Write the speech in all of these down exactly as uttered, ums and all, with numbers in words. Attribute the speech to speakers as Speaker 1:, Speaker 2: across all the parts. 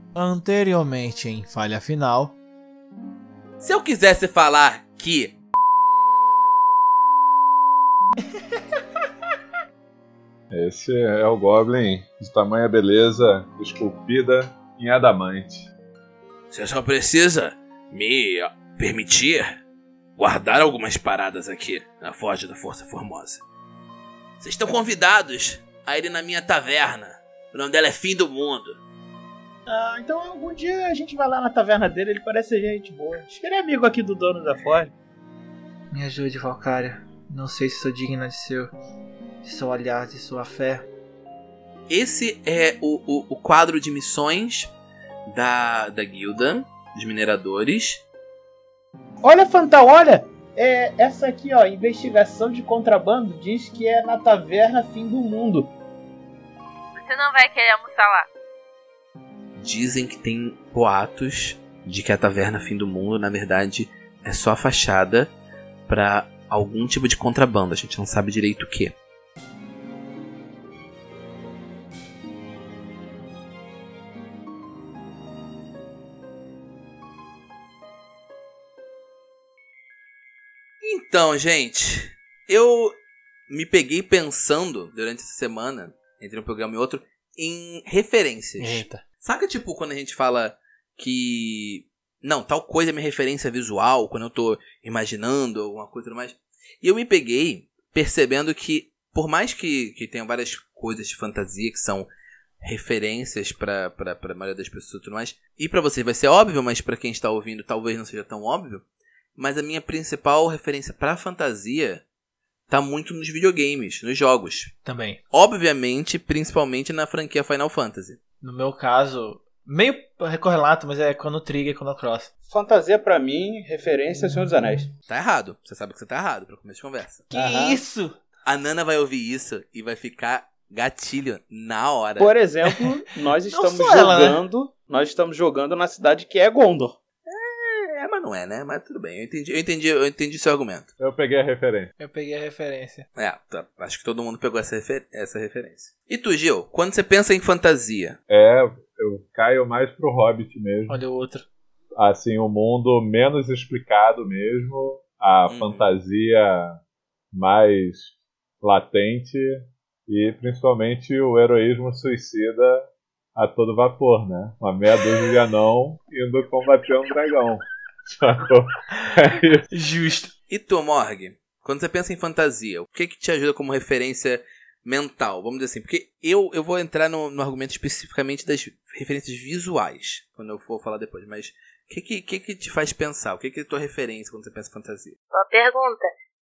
Speaker 1: Anteriormente em Falha Final.
Speaker 2: Se eu quisesse falar que...
Speaker 3: Esse é o Goblin de tamanha beleza, esculpida em adamante.
Speaker 2: Você só precisa me permitir guardar algumas paradas aqui na Forja da Força Formosa. Vocês estão convidados a ir na minha taverna. O nome dela é Fim do Mundo.
Speaker 4: Ah, então algum dia a gente vai lá na taverna dele, ele parece ser gente boa. Acho que ele é amigo aqui do dono da Forja.
Speaker 5: Me ajude, Valkyria. Não sei se sou digna de seu, de seu olhar, de sua fé.
Speaker 2: Esse é o, o, o quadro de missões da, da guilda dos mineradores.
Speaker 4: Olha, Fantal, olha! É, essa aqui, ó, investigação de contrabando, diz que é na taverna Fim do Mundo.
Speaker 6: Você não vai querer almoçar lá.
Speaker 2: Dizem que tem boatos de que a taverna Fim do Mundo, na verdade, é só a fachada para algum tipo de contrabando. A gente não sabe direito o que. Então, gente, eu me peguei pensando durante essa semana, entre um programa e outro, em referências.
Speaker 1: Eita.
Speaker 2: Saca, tipo, quando a gente fala que... Não, tal coisa é minha referência visual, quando eu tô imaginando alguma coisa e tudo mais. E eu me peguei percebendo que, por mais que, que tenham várias coisas de fantasia que são referências pra, pra, pra maioria das pessoas e tudo mais, e pra vocês vai ser óbvio, mas pra quem está ouvindo talvez não seja tão óbvio, mas a minha principal referência pra fantasia tá muito nos videogames, nos jogos.
Speaker 1: Também.
Speaker 2: Obviamente, principalmente na franquia Final Fantasy.
Speaker 1: No meu caso, meio recorrelato, mas é Chrono Trigger e Chrono Cross.
Speaker 4: Fantasia pra mim, referência ao Senhor dos Anéis.
Speaker 2: Tá errado. Você sabe que você tá errado pra começo de conversa.
Speaker 1: Que
Speaker 4: Aham.
Speaker 1: isso?
Speaker 2: A Nana vai ouvir isso e vai ficar gatilho na hora.
Speaker 4: Por exemplo, nós estamos
Speaker 1: só ela,
Speaker 4: jogando, né? Nós estamos jogando na cidade que é Gondor.
Speaker 2: É, mas não é, né? Mas tudo bem. Eu entendi, eu entendi, eu entendi seu argumento.
Speaker 3: Eu peguei a referência.
Speaker 1: Eu peguei a referência.
Speaker 2: É, tá. Acho que todo mundo pegou essa, refer- essa referência. E tu, Gil? Quando você pensa em fantasia?
Speaker 3: É, eu caio mais pro Hobbit mesmo.
Speaker 1: Olha o outro.
Speaker 3: Assim, o mundo menos explicado mesmo, a
Speaker 2: Hum.
Speaker 3: fantasia mais latente e principalmente o heroísmo suicida a todo vapor, né? Uma meia dúzia de anão indo combater um dragão. Sacou? É isso.
Speaker 1: Justo.
Speaker 2: E tu, Morg? Quando você pensa em fantasia, o que que te ajuda como referência mental? Vamos dizer assim, porque eu, eu vou entrar no, no argumento especificamente das referências visuais, quando eu for falar depois, mas o que que, que que te faz pensar? O que que é a tua referência quando você pensa em fantasia?
Speaker 6: Boa pergunta.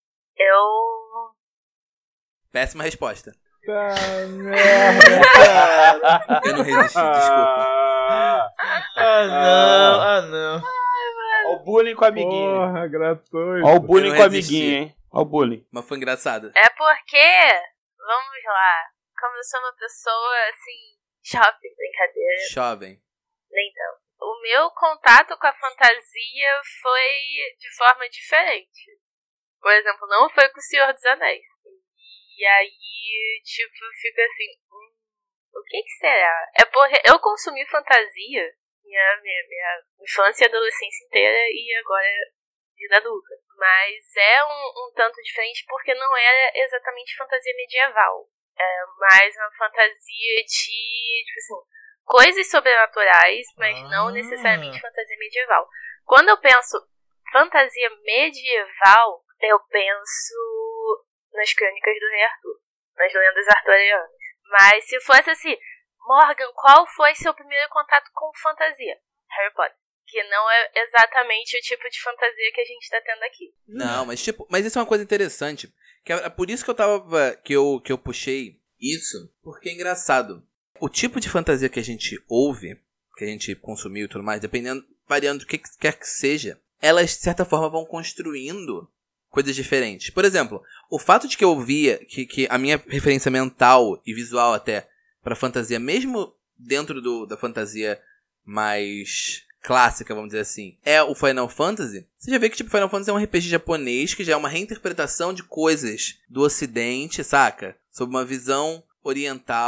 Speaker 6: Eu...
Speaker 2: Péssima resposta.
Speaker 3: Tá merda, cara.
Speaker 2: Eu não resisti, desculpa.
Speaker 3: Ah,
Speaker 1: Ah, não. Ah, não.
Speaker 4: Ó o bullying com o amiguinho.
Speaker 3: porra, gratuito.
Speaker 4: Ó o bullying
Speaker 2: Eu não
Speaker 4: com o
Speaker 2: resisti.
Speaker 4: amiguinho, hein? Ó o bullying.
Speaker 2: Mas foi engraçado.
Speaker 6: É porque, vamos lá, como eu sou uma pessoa, assim, jovem, brincadeira,
Speaker 2: Jovem.
Speaker 6: nem tanto. O meu contato com a fantasia foi de forma diferente. Por exemplo, não foi com o Senhor dos Anéis. E aí, tipo, fica assim, hum, o que que será? É porque eu consumi fantasia minha, minha, minha infância e adolescência inteira e agora vida adulta. Mas é um, um tanto diferente porque não era exatamente fantasia medieval. É mais uma fantasia de, tipo assim, coisas sobrenaturais, mas
Speaker 1: Ah.
Speaker 6: não necessariamente fantasia medieval. Quando eu penso fantasia medieval, eu penso nas crônicas do Rei Arthur, nas lendas arturianas. Mas se fosse assim, Morgan, qual foi seu primeiro contato com fantasia? Harry Potter. Que não é exatamente o tipo de fantasia que a gente tá tendo aqui.
Speaker 2: Não, mas tipo, mas isso é uma coisa interessante. Que é por isso que eu tava. Que eu, que eu puxei isso, porque é engraçado. O tipo de fantasia que a gente ouve, que a gente consumiu e tudo mais, dependendo, variando do que quer que seja, elas, de certa forma, vão construindo coisas diferentes. Por exemplo, o fato de que eu via que, que a minha referência mental e visual até pra fantasia, mesmo dentro do, da fantasia mais clássica, vamos dizer assim, é o Final Fantasy, você já vê que tipo Final Fantasy é um R P G japonês que já é uma reinterpretação de coisas do ocidente, saca? Sob uma visão oriental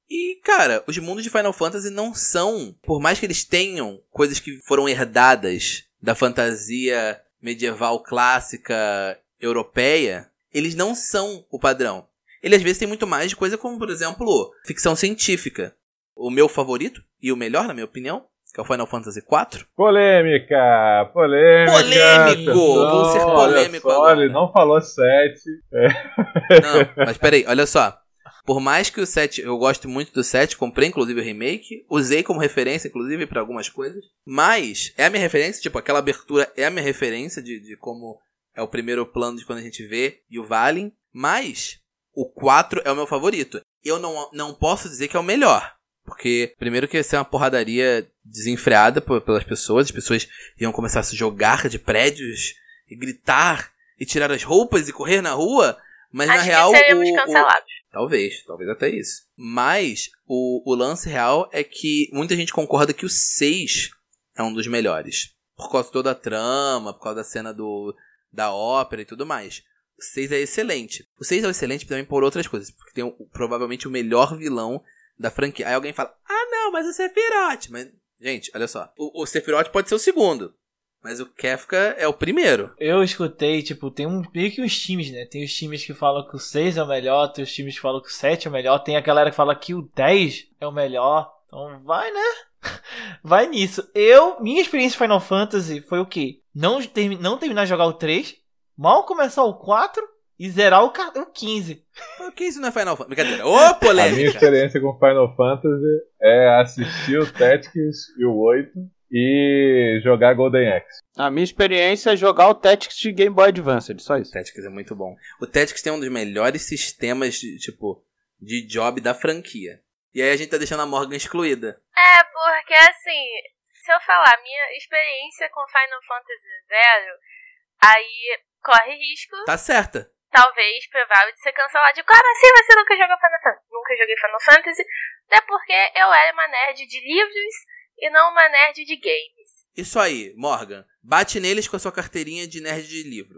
Speaker 2: E, cara, os mundos de Final Fantasy não são, por mais que eles tenham coisas que foram herdadas da fantasia medieval clássica europeia, eles não são o padrão. Ele às vezes tem muito mais de coisa como, por exemplo, ficção científica. O meu favorito, e o melhor, na minha opinião, que é o Final Fantasy quatro.
Speaker 3: Polêmica! Polêmica!
Speaker 2: Polêmico!
Speaker 3: Pessoal,
Speaker 2: Vou ser polêmico
Speaker 3: olha só,
Speaker 2: agora.
Speaker 3: ele não falou sete. É.
Speaker 2: Não, mas peraí, olha só. Por mais que o sete, eu gosto muito do sete, comprei inclusive o remake, usei como referência inclusive pra algumas coisas, mas é a minha referência, tipo, aquela abertura é a minha referência de, de como é o primeiro plano de quando a gente vê e o Valen, mas o quatro é o meu favorito. Eu não, não posso dizer que é o melhor, porque primeiro que ia ser uma porradaria desenfreada p- pelas pessoas, as pessoas iam começar a se jogar de prédios e gritar e tirar as roupas e correr na rua, mas
Speaker 6: Acho
Speaker 2: na real
Speaker 6: que seríamos
Speaker 2: o, o,
Speaker 6: cancelados.
Speaker 2: Talvez, talvez até isso. Mas o, o lance real é que muita gente concorda que o seis é um dos melhores. Por causa de toda a trama, por causa da cena do, da ópera e tudo mais. O seis é excelente. O seis é excelente também por outras coisas. Porque tem o, provavelmente o melhor vilão da franquia. Aí alguém fala, ah não, mas o Sephiroth. Mas, gente, olha só. O, o Sephiroth pode ser o segundo. Mas o Kefka é o primeiro.
Speaker 1: Eu escutei, tipo, tem um, meio que uns times, né? Tem os times que falam que o seis é o melhor, tem os times que falam que o sete é o melhor, tem a galera que fala que o dez é o melhor. Então vai, né? Vai nisso. Eu, minha experiência Final Fantasy foi o quê? Não, termi- não terminar de jogar o três, mal começar o quatro e zerar o, ca- o quinze.
Speaker 2: O que isso não é Final Fantasy? Brincadeira. Ô,
Speaker 3: A minha
Speaker 2: polêmica!
Speaker 3: experiência com Final Fantasy é assistir o Tactics e o oito e jogar Golden Axe.
Speaker 4: A minha experiência é jogar o Tactics de Game Boy Advance, só
Speaker 2: O
Speaker 4: isso.
Speaker 2: Tactics é muito bom. O Tactics tem um dos melhores sistemas de, tipo, de job da franquia. E aí a gente tá deixando a Morgan excluída.
Speaker 6: É, porque assim, se eu falar minha experiência com Final Fantasy Zero, aí corre risco,
Speaker 2: Tá certa.
Speaker 6: talvez, provável de ser cancelado. Como assim você nunca jogou Final Fantasy? Nunca joguei Final Fantasy, até porque eu era uma nerd de livros e não uma nerd de games.
Speaker 2: Isso aí, Morgan. Bate neles com a sua carteirinha de nerd de livro.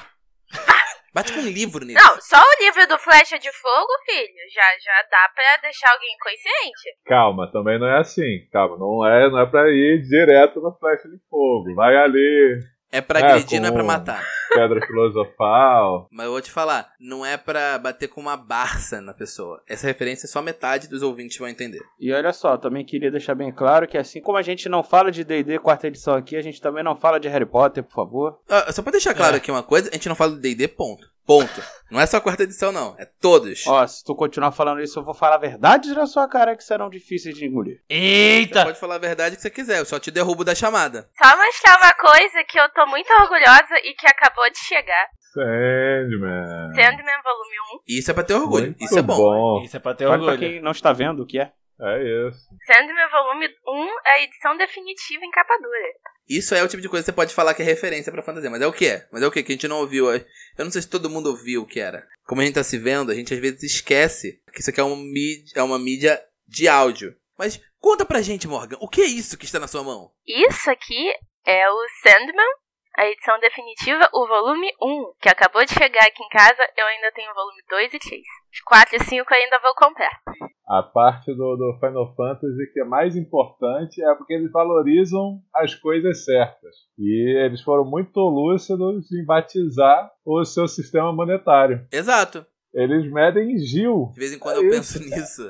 Speaker 2: Bate com um livro neles.
Speaker 6: Não, só o livro do Flecha de Fogo, filho, já, já dá pra deixar alguém inconsciente.
Speaker 3: Calma, também não é assim. Calma, não é, não é pra ir direto no Flecha de Fogo. Vai ali,
Speaker 2: É pra
Speaker 3: É,
Speaker 2: agredir, não é
Speaker 3: com-
Speaker 2: pra matar.
Speaker 3: Pedra Filosofal.
Speaker 2: Mas eu vou te falar, não é pra bater com uma barça na pessoa. Essa referência só metade dos ouvintes vão entender.
Speaker 4: E olha só, também queria deixar bem claro que assim como a gente não fala de D e D quarta edição aqui, a gente também não fala de Harry Potter, por favor.
Speaker 2: Ah, só pra deixar claro
Speaker 1: É.
Speaker 2: aqui uma coisa, a gente não fala do D e D, ponto. Ponto. Não é só a quarta edição, não. É todos.
Speaker 4: Ó, se tu continuar falando isso, eu vou falar verdades na sua cara que serão difíceis de engolir.
Speaker 2: Você
Speaker 1: Eita!
Speaker 2: pode falar a verdade que você quiser, eu só te derrubo da chamada.
Speaker 6: Só mostrar uma coisa que eu tô muito orgulhosa e que acabou de chegar.
Speaker 3: Sandman.
Speaker 6: Sandman Volume um.
Speaker 2: Isso é pra ter orgulho.
Speaker 3: Muito
Speaker 2: Isso é bom.
Speaker 1: Isso é pra ter
Speaker 4: Olha pra
Speaker 1: orgulho.
Speaker 4: quem não está vendo o que é.
Speaker 3: É isso.
Speaker 6: Sandman Volume um é a edição definitiva em capa dura.
Speaker 2: Isso é o tipo de coisa que você pode falar que é referência pra fantasia. Mas é o que é? Mas é o que? Que a gente não ouviu. Eu não sei se todo mundo ouviu o que era. Como a gente tá se vendo, a gente às vezes esquece que isso aqui é uma mídia, é uma mídia de áudio. Mas conta pra gente, Morgan, o que é isso que está na sua mão?
Speaker 6: Isso aqui é o Sandman, a edição definitiva, o volume um, que acabou de chegar aqui em casa. Eu ainda tenho o volume dois e três. Os quatro e cinco eu ainda vou comprar.
Speaker 3: A parte do, do Final Fantasy que é mais importante é porque eles valorizam as coisas certas. E eles foram muito lúcidos em batizar o seu sistema monetário.
Speaker 2: Exato.
Speaker 3: Eles medem em Gil.
Speaker 2: De vez em quando
Speaker 3: É
Speaker 2: eu
Speaker 3: isso.
Speaker 2: penso nisso.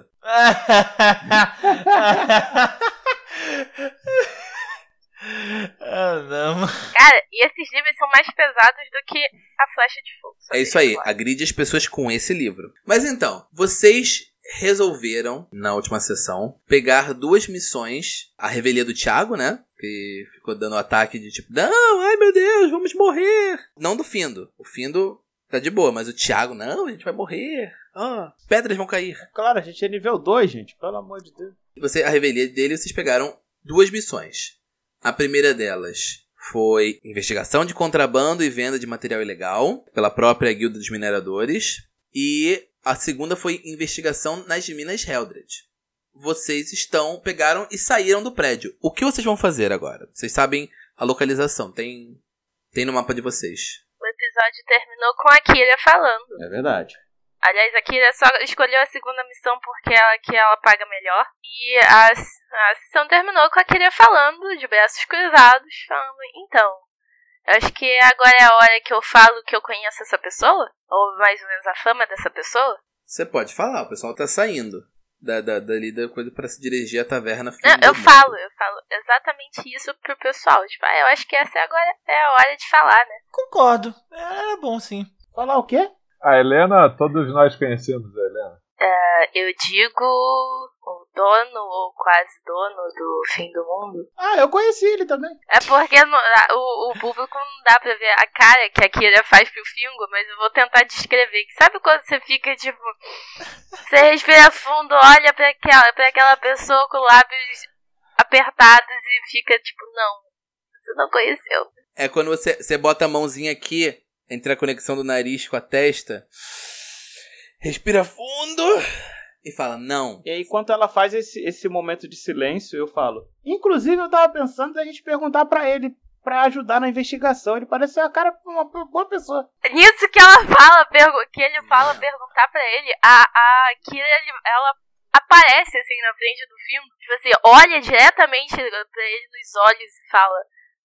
Speaker 1: Ah, não.
Speaker 6: Cara, e esses livros são mais pesados do que a Flecha de Fogo. só
Speaker 2: É isso
Speaker 6: deixa
Speaker 2: aí,
Speaker 6: claro.
Speaker 2: agride as pessoas com esse livro. Mas então, vocês resolveram, na última sessão, pegar duas missões. A revelia do Thiago, né? Que ficou dando ataque de tipo, não, ai meu Deus, vamos morrer. Não do Findo. O Findo tá de boa, mas o Thiago, não, a gente vai morrer. Ah, pedras vão cair.
Speaker 4: Claro, a gente é nível dois, gente. Pelo amor de Deus.
Speaker 2: Você, a revelia dele, vocês pegaram duas missões. A primeira delas foi investigação de contrabando e venda de material ilegal pela própria Guilda dos Mineradores. E a segunda foi investigação nas Minas Heldred. Vocês estão, pegaram e saíram do prédio. O que vocês vão fazer agora? Vocês sabem a localização, tem, tem no mapa de vocês.
Speaker 6: O episódio terminou com a Kira falando.
Speaker 4: É verdade.
Speaker 6: Aliás, a Kira só escolheu a segunda missão porque ela que ela paga melhor. E a, a sessão terminou com a Kira falando, de braços cruzados, falando, então, acho que agora é a hora que eu falo que eu conheço essa pessoa, ou mais ou menos a fama dessa pessoa.
Speaker 2: Você pode falar, o pessoal tá saindo da, da, dali da coisa pra se dirigir à taverna.
Speaker 6: Não, eu falo, eu falo exatamente isso pro pessoal. Tipo, ah, eu acho que essa agora é a hora de falar, né?
Speaker 1: Concordo. É bom, sim.
Speaker 4: Falar o quê?
Speaker 3: A Helena, todos nós conhecemos a Helena.
Speaker 6: Uh, eu digo o dono, ou quase dono do fim do mundo.
Speaker 4: Ah, eu conheci ele também.
Speaker 6: É porque no, a, o, o público não dá pra ver a cara que a Kira faz pro Fingo, mas eu vou tentar descrever. Sabe quando você fica, tipo, você respira fundo, olha pra aquela, pra aquela pessoa com lábios apertados e fica, tipo, não, você não conheceu.
Speaker 2: É quando você, você bota a mãozinha aqui, entre a conexão do nariz com a testa, respira fundo e fala, não.
Speaker 4: E aí, enquanto ela faz esse, esse momento de silêncio, eu falo. Inclusive, eu tava pensando da gente perguntar pra ele, pra ajudar na investigação. Ele parece ser uma cara, uma boa pessoa.
Speaker 6: Nisso que ela fala, que ele fala perguntar pra ele, a, a Kira, ela aparece assim na frente do filme, tipo assim, olha diretamente pra ele nos olhos e fala,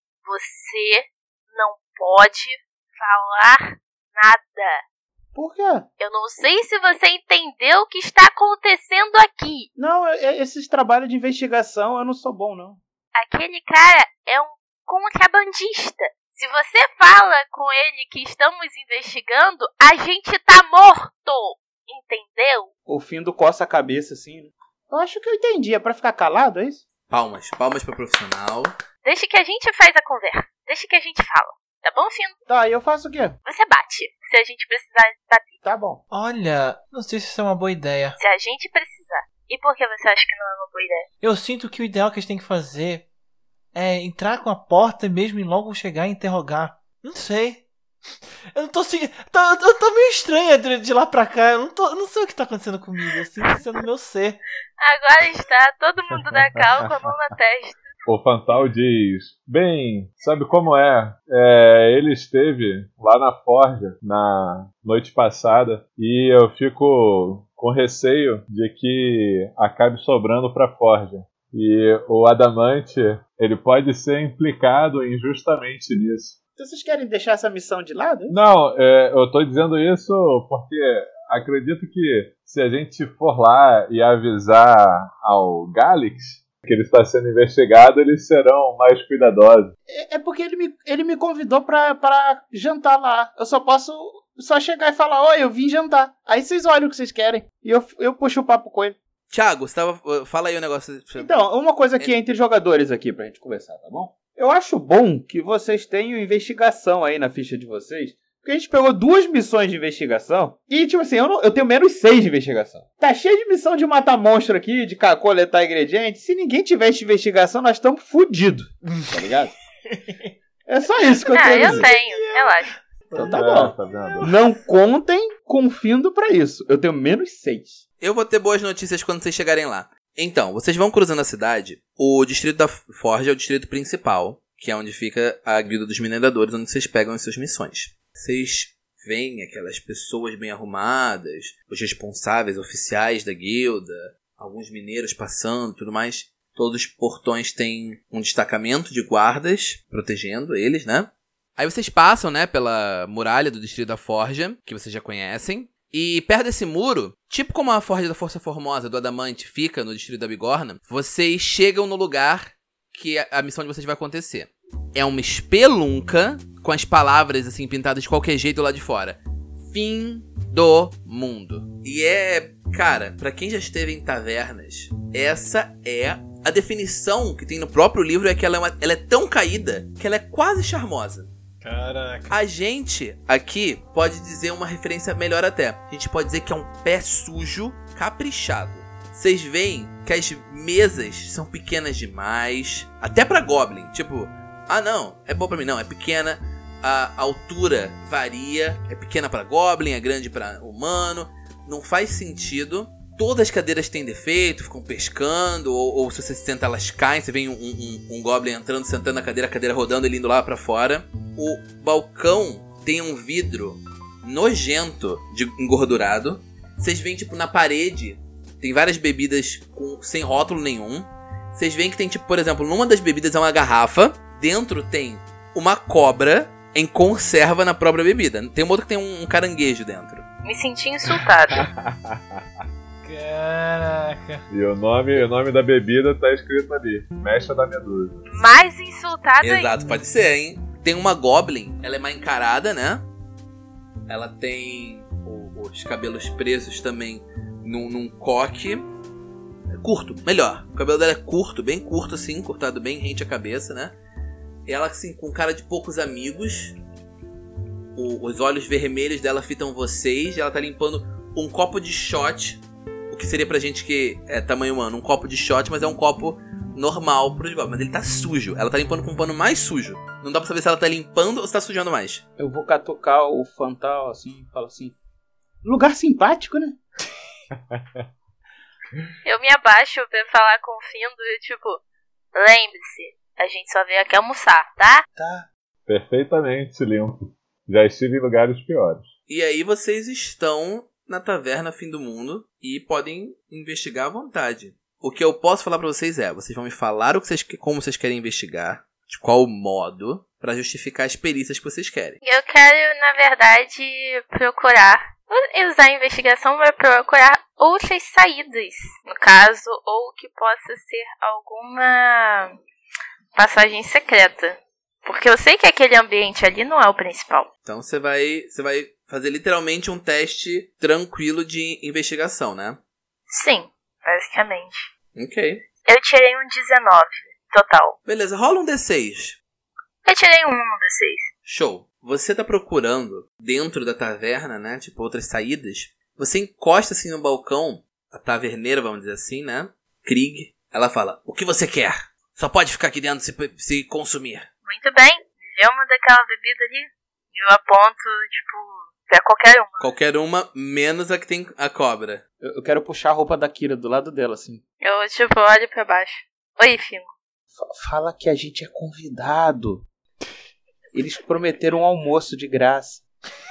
Speaker 6: você não pode falar nada.
Speaker 4: Por quê?
Speaker 6: Eu não sei se você entendeu o que está acontecendo aqui.
Speaker 4: Não, esses trabalhos de investigação eu não sou bom, não.
Speaker 6: Aquele cara é um contrabandista. Se você fala com ele que estamos investigando, a gente tá morto. Entendeu?
Speaker 4: O Findo coça a cabeça assim, né? Eu acho que eu entendi. É pra ficar calado, é isso?
Speaker 2: Palmas, palmas pra profissional.
Speaker 6: Deixa que a gente faz a conversa. Deixa que a gente fala. Tá bom, Findo?
Speaker 4: Tá, e eu faço o quê?
Speaker 6: Você bate, se a gente precisar bater.
Speaker 4: Tá bom.
Speaker 1: Olha, não sei se isso é uma boa ideia.
Speaker 6: Se a gente precisar. E por que você acha que não é uma boa ideia?
Speaker 1: Eu sinto que o ideal que a gente tem que fazer é entrar com a porta e mesmo e logo chegar e interrogar. Não sei. Eu não tô seguindo. Tá, eu tô meio estranha de, de lá pra cá. Eu não, tô, eu não sei o que tá acontecendo comigo. Eu sinto que isso é no meu ser.
Speaker 6: Agora está todo mundo da cal com a mão na testa.
Speaker 3: O Fantal diz, bem, sabe como é? é? Ele esteve lá na Forja na noite passada e eu fico com receio de que acabe sobrando pra Forja. E o Adamante, ele pode ser implicado injustamente nisso.
Speaker 4: Vocês querem deixar essa missão de lado?
Speaker 3: Não, é, eu tô dizendo isso porque acredito que se a gente for lá e avisar ao Galix que ele está sendo investigado, eles serão mais cuidadosos.
Speaker 4: É, é porque ele me, ele me convidou pra, pra jantar lá. Eu só posso só chegar e falar, oi, eu vim jantar. Aí vocês olham o que vocês querem. E eu, eu puxo o papo com ele.
Speaker 2: Thiago, você tava, fala aí o negócio.
Speaker 4: Então, uma coisa aqui é... entre jogadores aqui pra gente conversar, tá bom? Eu acho bom que vocês tenham investigação aí na ficha de vocês. Porque a gente pegou duas missões de investigação. E, tipo assim, eu, não, eu tenho menos seis de investigação. Tá cheio de missão de matar monstro aqui, de coletar ingredientes. Se ninguém tiver de investigação, nós estamos fodidos. Tá ligado? É só isso que eu
Speaker 6: ah,
Speaker 4: tenho.
Speaker 6: Ah, eu tenho, relaxa.
Speaker 4: Então tá bom. Tá vendo? Não contem com Findo pra isso. Eu tenho menos seis.
Speaker 2: Eu vou ter boas notícias quando vocês chegarem lá. Então, vocês vão cruzando a cidade. O distrito da Forja é o distrito principal, que é onde fica a guilda dos mineradores, onde vocês pegam as suas missões. Vocês veem aquelas pessoas bem arrumadas, os responsáveis oficiais da guilda, alguns mineiros passando e tudo mais. Todos os portões têm um destacamento de guardas protegendo eles, né? Aí vocês passam, né, pela muralha do distrito da Forja, que vocês já conhecem. E perto desse muro, tipo como a Forja da Força Formosa do Adamante fica no distrito da Bigorna, vocês chegam no lugar que a missão de vocês vai acontecer. É uma espelunca com as palavras assim pintadas de qualquer jeito lá de fora. Fim do mundo. E é, cara, pra quem já esteve em tavernas, essa é a definição que tem no próprio livro, é que ela é, uma, ela é tão caída que ela é quase charmosa.
Speaker 1: Caraca.
Speaker 2: A gente aqui pode dizer uma referência melhor até. A gente pode dizer que é um pé sujo caprichado. Vocês veem que as mesas são pequenas demais, até pra Goblin. Tipo, ah não, é bom pra mim. Não, é pequena. A altura varia. É pequena pra Goblin, é grande pra humano. Não faz sentido. Todas as cadeiras têm defeito, ficam pescando. Ou, ou se você se senta, elas caem. Você vê um, um, um Goblin entrando, sentando na cadeira, a cadeira rodando, ele indo lá pra fora. O balcão tem um vidro nojento de engordurado. Vocês veem, tipo, na parede, tem várias bebidas com, sem rótulo nenhum. Vocês veem que tem, tipo, por exemplo, numa das bebidas é uma garrafa. Dentro tem uma cobra em conserva na própria bebida. Tem uma outra que tem um, um caranguejo dentro.
Speaker 6: Me senti insultada.
Speaker 1: Caraca.
Speaker 3: E o nome, o nome da bebida tá escrito ali. Mecha da Medusa.
Speaker 6: Mais insultada ainda.
Speaker 2: Exato, pode ser, hein? Tem uma Goblin, ela é mais encarada, né? Ela tem o, os cabelos presos também num, num coque. Curto, melhor. O cabelo dela é curto, bem curto assim, cortado bem rente à cabeça, né? Ela assim, com cara de poucos amigos. O, os olhos vermelhos dela fitam vocês. Ela tá limpando um copo de shot. O que seria pra gente que é tamanho humano, um copo de shot, mas é um copo normal pros goblins. Mas ele tá sujo. Ela tá limpando com um pano mais sujo. Não dá pra saber se ela tá limpando ou se tá sujando mais.
Speaker 4: Eu vou catucar o Fantal assim e falo assim: lugar simpático, né?
Speaker 6: Eu me abaixo pra falar com o Findo e tipo, lembre-se, a gente só veio aqui almoçar, tá?
Speaker 4: Tá.
Speaker 3: Perfeitamente limpo. Já estive em lugares piores.
Speaker 2: E aí vocês estão na taverna Fim do Mundo e podem investigar à vontade. O que eu posso falar pra vocês é, vocês vão me falar o que vocês, como vocês querem investigar, de qual modo, pra justificar as perícias que vocês querem.
Speaker 6: Eu quero, na verdade, procurar, usar a investigação para procurar outras saídas, no caso, ou que possa ser alguma passagem secreta. Porque eu sei que aquele ambiente ali não é o principal.
Speaker 2: Então você vai, você vai fazer literalmente um teste tranquilo de investigação, né?
Speaker 6: Sim, basicamente.
Speaker 2: Ok.
Speaker 6: Eu tirei um dezenove, total.
Speaker 2: Beleza, rola um D seis.
Speaker 6: Eu tirei um no D seis.
Speaker 2: Show. Você tá procurando dentro da taverna, né? Tipo, outras saídas. Você encosta assim no balcão, a taverneira, vamos dizer assim, né? Krieg. Ela fala, o que você quer? Só pode ficar aqui dentro se, se consumir.
Speaker 6: Muito bem, vê uma daquela bebida ali. Eu aponto, tipo, pra qualquer uma.
Speaker 2: Qualquer uma, menos a que tem a cobra.
Speaker 4: Eu, eu quero puxar a roupa da Kira do lado dela, assim.
Speaker 6: Eu, tipo, olho pra baixo. Oi, Fingo.
Speaker 4: F- fala que a gente é convidado. Eles prometeram um almoço de graça.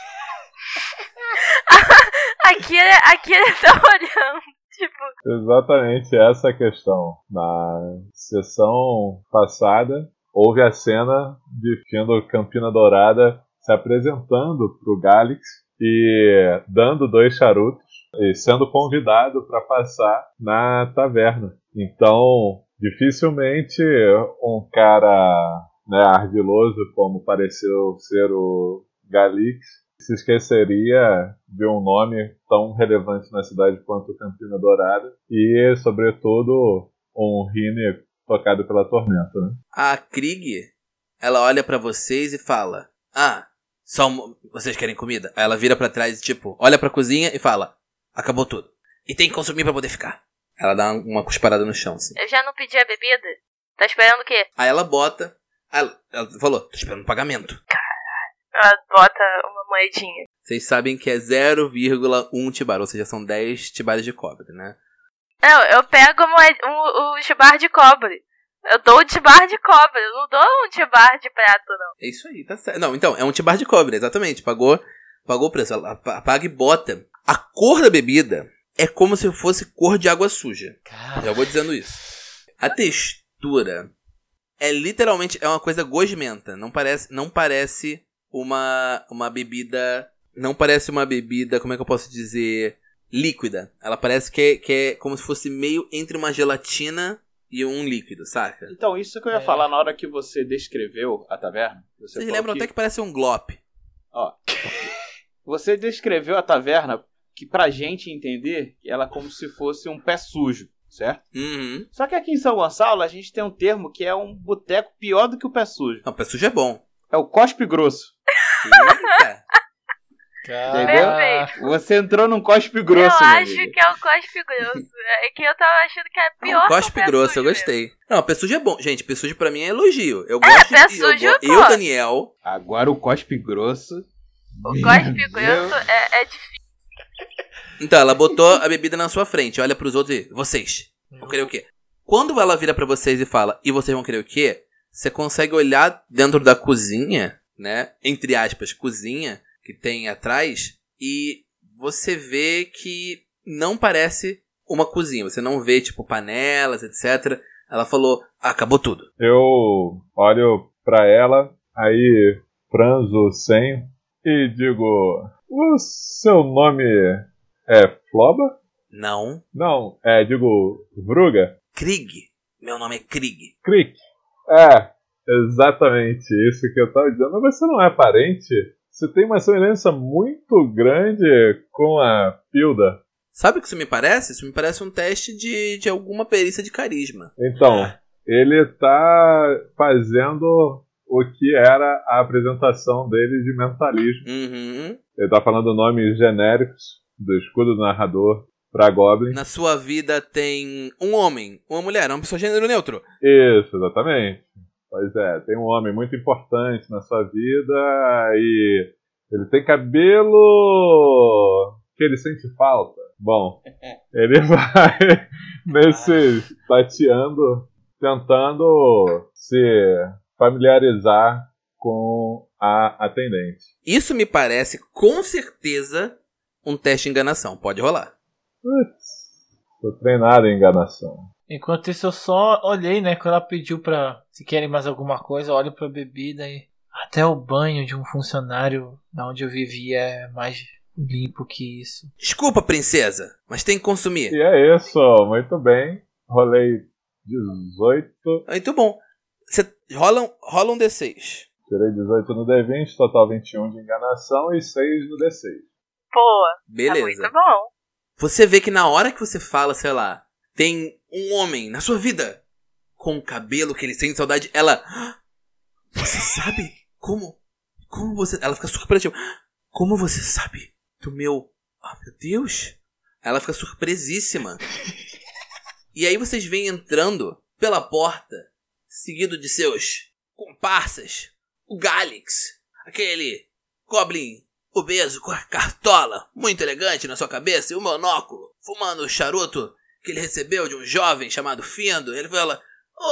Speaker 6: A Kira, a Kira tá olhando, tipo...
Speaker 3: Exatamente essa é a questão. Na sessão passada, houve a cena de Findo Campina Dourada se apresentando pro Galix e dando dois charutos e sendo convidado para passar na taverna. Então, dificilmente um cara, né, ardiloso como pareceu ser o Galix se esqueceria de um nome tão relevante na cidade quanto Campina Dourada e, sobretudo, um Rine tocado pela tormenta, né?
Speaker 2: A Krieg, ela olha pra vocês e fala, ah, só um... vocês querem comida? Aí ela vira pra trás e tipo, olha pra cozinha e fala, acabou tudo. E tem que consumir pra poder ficar. Ela dá uma cusparada no chão, assim.
Speaker 6: Eu já não pedi a bebida? Tá esperando o quê?
Speaker 2: Aí ela bota, ela, ela falou, tô esperando pagamento.
Speaker 6: Ela bota uma moedinha.
Speaker 2: Vocês sabem que é zero vírgula um tibar, ou seja, são dez tibares de cobre, né?
Speaker 6: Não, eu pego o um, um tibar de cobre. Eu dou um tibar de cobre, eu não dou um tibar de prato, não.
Speaker 2: É isso aí, tá certo. Não, então, é um tibar de cobre, exatamente. Pagou, pagou o preço. Ela paga e bota. A cor da bebida é como se fosse cor de água suja.
Speaker 1: Cara.
Speaker 2: Já vou dizendo isso. A textura é literalmente é uma coisa gosmenta. Não parece, não parece uma, uma bebida... Não parece uma bebida, como é que eu posso dizer... líquida. Ela parece que é, que é como se fosse meio entre uma gelatina e um líquido, saca?
Speaker 4: Então, isso que eu ia
Speaker 1: É.
Speaker 4: falar na hora que você descreveu a taverna. Você
Speaker 2: Vocês
Speaker 4: falou
Speaker 2: lembram até que parece um glop.
Speaker 4: Ó, você descreveu a taverna que pra gente entender, ela é como se fosse um pé sujo, certo?
Speaker 2: Uhum.
Speaker 4: Só que aqui em São Gonçalo a gente tem um termo que é um boteco pior do que o pé sujo.
Speaker 2: Não, o pé sujo é bom.
Speaker 4: É o cospe grosso.
Speaker 2: Eita.
Speaker 1: Caraca.
Speaker 4: Você entrou num cospe grosso,
Speaker 6: eu
Speaker 4: meu
Speaker 6: acho
Speaker 4: amigo.
Speaker 6: que é o cospe grosso. É que eu tava achando que era pior
Speaker 2: Um
Speaker 6: que o
Speaker 2: cospe
Speaker 6: pé
Speaker 2: grosso, eu
Speaker 6: sujo
Speaker 2: gostei. Não, pé sujo é bom. Gente, pé sujo pra mim é elogio. Eu gosto
Speaker 6: pé
Speaker 2: de...
Speaker 6: sujo,
Speaker 2: eu, go-
Speaker 6: pô.
Speaker 2: eu, Daniel...
Speaker 4: Agora o cospe grosso.
Speaker 6: mesmo. O cospe grosso é, é difícil.
Speaker 2: Então, ela botou a bebida na sua frente. Olha pros outros e... Vocês, vão querer o quê? Quando ela vira pra vocês e fala... E vocês vão querer o quê? Você consegue olhar dentro da cozinha, né? Entre aspas, cozinha, que tem atrás... E você vê que não parece uma cozinha. Você não vê, tipo, panelas, etcétera. Ela falou, ah, acabou tudo.
Speaker 3: Eu olho pra ela, aí franzo o senho e digo, o seu nome é Floba?
Speaker 2: Não.
Speaker 3: Não, é, digo, Vruga?
Speaker 2: Krieg. Meu nome é Krieg.
Speaker 3: Crick. É, exatamente isso que eu tava dizendo. Mas você não é parente? Você tem uma semelhança muito grande com a Pilda.
Speaker 2: Sabe o que isso me parece? Isso me parece um teste de, de alguma perícia de carisma.
Speaker 3: Então, ele tá fazendo o que era a apresentação dele de mentalismo.
Speaker 2: Uhum.
Speaker 3: Ele tá falando nomes genéricos do escudo do narrador pra Goblin.
Speaker 2: Na sua vida tem um homem, uma mulher, uma pessoa gênero neutro.
Speaker 3: Isso, exatamente. Pois é, tem um homem muito importante na sua vida e ele tem cabelo que ele sente falta. Bom, ele vai nesse tateando, tentando se familiarizar com a atendente.
Speaker 2: Isso me parece, com certeza, um teste de enganação. Pode rolar.
Speaker 3: Putz, tô treinado em enganação.
Speaker 1: Enquanto isso eu só olhei, né? Quando ela pediu pra... Se querem mais alguma coisa, eu olho pra bebida e... Até o banho de um funcionário da onde eu vivia é mais limpo que isso.
Speaker 2: Desculpa, princesa, mas tem que consumir.
Speaker 3: E é isso, muito bem. Rolei dezoito.
Speaker 2: Muito bom. Você rola, um- rola um D seis.
Speaker 3: Tirei dezoito no D vinte, total vinte e um de enganação e seis no D seis.
Speaker 6: Pô,
Speaker 2: Beleza.
Speaker 6: tá muito bom.
Speaker 2: Você vê que na hora que você fala, sei lá, tem um homem na sua vida com um cabelo que ele sente saudade, ela... "Ah, você sabe como? Como você... Ela fica surpresa, tipo, "Ah, como você sabe do meu... Ah, meu Deus." Ela fica surpresíssima. E aí vocês vêm entrando pela porta, seguido de seus comparsas, o Galix, aquele Goblin obeso com a cartola, muito elegante na sua cabeça, e o monóculo, fumando o charuto que ele recebeu de um jovem chamado Findo. Ele fala,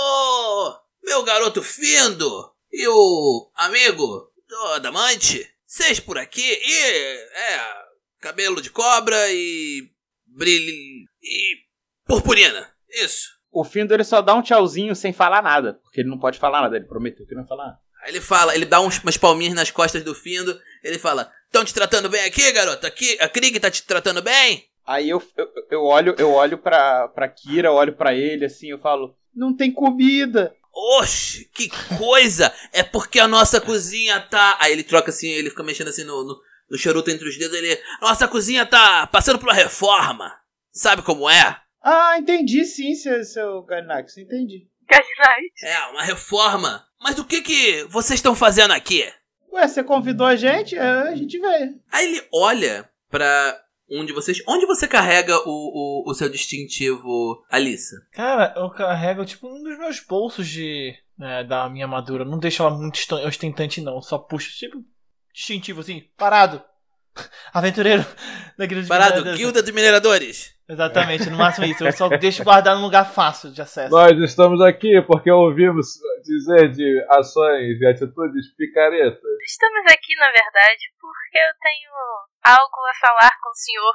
Speaker 2: oh, meu garoto Findo, e o amigo do Adamante, vocês por aqui, e é, cabelo de cobra e brilho, e purpurina, isso.
Speaker 4: O Findo ele só dá um tchauzinho sem falar nada, porque ele não pode falar nada, ele prometeu que não ia falar nada.
Speaker 2: Aí ele fala, ele dá uns, umas palminhas nas costas do Findo, ele fala, estão te tratando bem aqui, garoto? Aqui, a Krieg tá te tratando bem?
Speaker 4: Aí eu, eu, eu olho, eu olho pra, pra Kira, olho pra ele assim, eu falo, não tem comida.
Speaker 2: Oxe, que coisa! É porque a nossa cozinha tá... Aí ele troca assim, ele fica mexendo assim no, no, no charuto entre os dedos, ele... Nossa cozinha tá passando por uma reforma. Sabe como é?
Speaker 4: Ah, entendi sim, seu, seu Gainax, entendi.
Speaker 6: Gaslight.
Speaker 2: É, uma reforma. Mas o que que vocês estão fazendo aqui?
Speaker 4: Ué, você convidou a gente? É, a gente veio.
Speaker 2: Aí ele olha pra um de vocês. Onde você carrega o, o, o seu distintivo, Alissa?
Speaker 1: Cara, eu carrego tipo um dos meus bolsos de né, da minha armadura. Não deixo ela muito estan- ostentante, não. Só puxo tipo distintivo assim, parado. Aventureiro da Guilda de
Speaker 2: Parado,
Speaker 1: Mineradores.
Speaker 2: Guilda de Mineradores.
Speaker 1: Exatamente, no máximo isso. Eu só deixo guardar num lugar fácil de acesso.
Speaker 3: Nós estamos aqui porque ouvimos dizer de ações e atitudes picaretas.
Speaker 6: Estamos aqui, na verdade, porque eu tenho algo a falar com o senhor.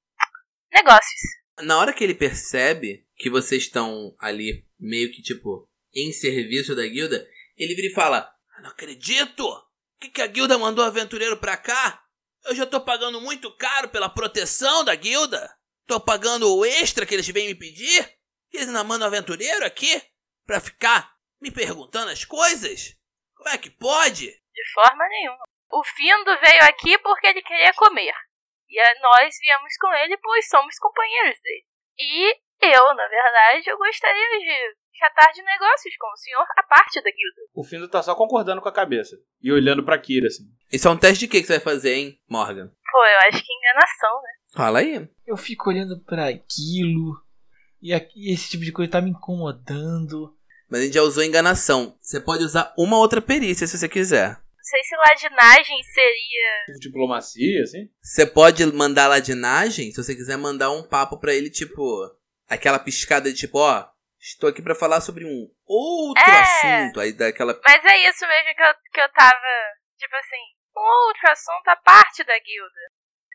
Speaker 6: Negócios.
Speaker 2: Na hora que ele percebe que vocês estão ali, meio que tipo, em serviço da guilda, ele vira e fala, não acredito! O que, que a guilda mandou aventureiro pra cá? Eu já tô pagando muito caro pela proteção da guilda. Tô pagando o extra que eles vêm me pedir. E eles ainda mandam aventureiro aqui pra ficar me perguntando as coisas? Como é que pode?
Speaker 6: De forma nenhuma. O Findo veio aqui porque ele queria comer. E a- nós viemos com ele pois somos companheiros dele. E eu, na verdade, eu gostaria de tratar de negócios com o senhor a parte da guilda.
Speaker 4: O Findo tá só concordando com a cabeça. E olhando pra Kira, assim.
Speaker 2: Isso é um teste de que que você vai fazer, hein, Morgan?
Speaker 6: Pô, eu acho que enganação, né?
Speaker 2: Fala aí.
Speaker 1: Eu fico olhando pra aquilo. E aqui, esse tipo de coisa tá me incomodando.
Speaker 2: Mas a gente já usou enganação. Você pode usar uma outra perícia se você quiser.
Speaker 6: Não sei se ladinagem seria...
Speaker 4: Tipo diplomacia, assim.
Speaker 2: Você pode mandar ladinagem, se você quiser mandar um papo pra ele, tipo... Aquela piscada de tipo, ó... Estou aqui pra falar sobre um outro
Speaker 6: É.
Speaker 2: assunto. Aí dá aquela...
Speaker 6: Mas é isso mesmo que eu, que eu tava... Tipo assim, um outro assunto a parte da guilda.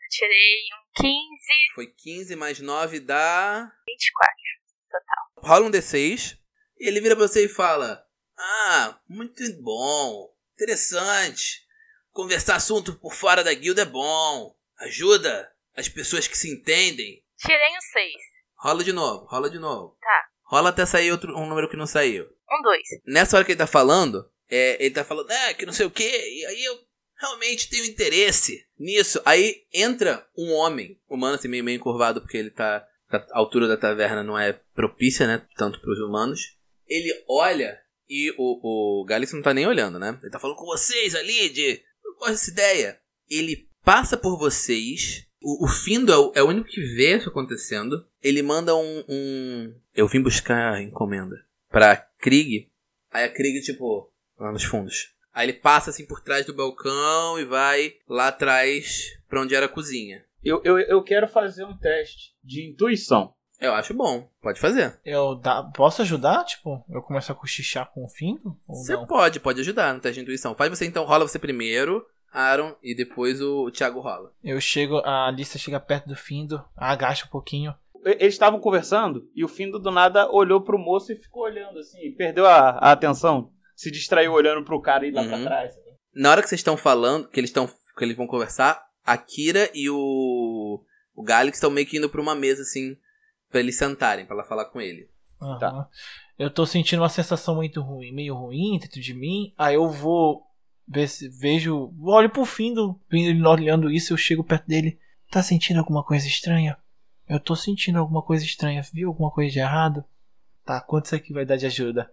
Speaker 6: tirei um quinze.
Speaker 2: Foi quinze mais nove dá...
Speaker 6: vinte e quatro total.
Speaker 2: Rola um D seis. E ele vira pra você e fala... Ah, muito bom. Interessante. Conversar assunto por fora da guilda é bom. Ajuda as pessoas que se entendem.
Speaker 6: Tirei um seis.
Speaker 2: Rola de novo, rola de novo.
Speaker 6: Tá.
Speaker 2: Rola até sair outro, um número que não saiu.
Speaker 6: Um dois.
Speaker 2: Nessa hora que ele tá falando, é, ele tá falando, é, que não sei o quê. E aí eu realmente tenho interesse nisso. Aí entra um homem, humano assim, meio, meio encurvado, porque ele tá... A altura da taverna não é propícia, né? Tanto pros humanos. Ele olha e o, o Galix não tá nem olhando, né? Ele tá falando com vocês ali de... Eu gosto dessa ideia. Ele passa por vocês. O, o Findo é o, é o único que vê isso acontecendo. Ele manda um, um... Eu vim buscar a encomenda pra Krieg. Aí a Krieg, tipo, lá nos fundos. Aí ele passa assim por trás do balcão e vai lá atrás pra onde era a cozinha.
Speaker 4: Eu, eu, eu quero fazer um teste de intuição.
Speaker 2: Eu acho bom. Pode fazer.
Speaker 1: Eu dá, posso ajudar? Tipo, eu começo a cochichar com o Findo? Ou
Speaker 2: Você
Speaker 1: não?
Speaker 2: pode, pode ajudar no teste de intuição. Faz você então, rola você primeiro, Aaron, e depois o, o Thiago rola.
Speaker 1: Eu chego, a lista chega perto do Findo, agacha um pouquinho.
Speaker 4: Eles estavam conversando e o Findo do nada olhou pro moço e ficou olhando assim. Perdeu a, a atenção. Se distraiu olhando pro cara e lá
Speaker 2: Uhum.
Speaker 4: pra trás. Sabe?
Speaker 2: Na hora que vocês estão falando, que eles, tão, que eles vão conversar, a Kira e o, o Galix estão meio que indo pra uma mesa assim, pra eles sentarem, pra ela falar com ele.
Speaker 1: Aham.
Speaker 4: Tá.
Speaker 1: Eu tô sentindo uma sensação muito ruim, meio ruim dentro de mim. Aí eu vou ver se, vejo, olho pro Findo, ele olhando isso, eu chego perto dele. Tá sentindo alguma coisa estranha? Eu tô sentindo alguma coisa estranha. Viu alguma coisa de errado? Tá, quanto isso aqui vai dar de ajuda?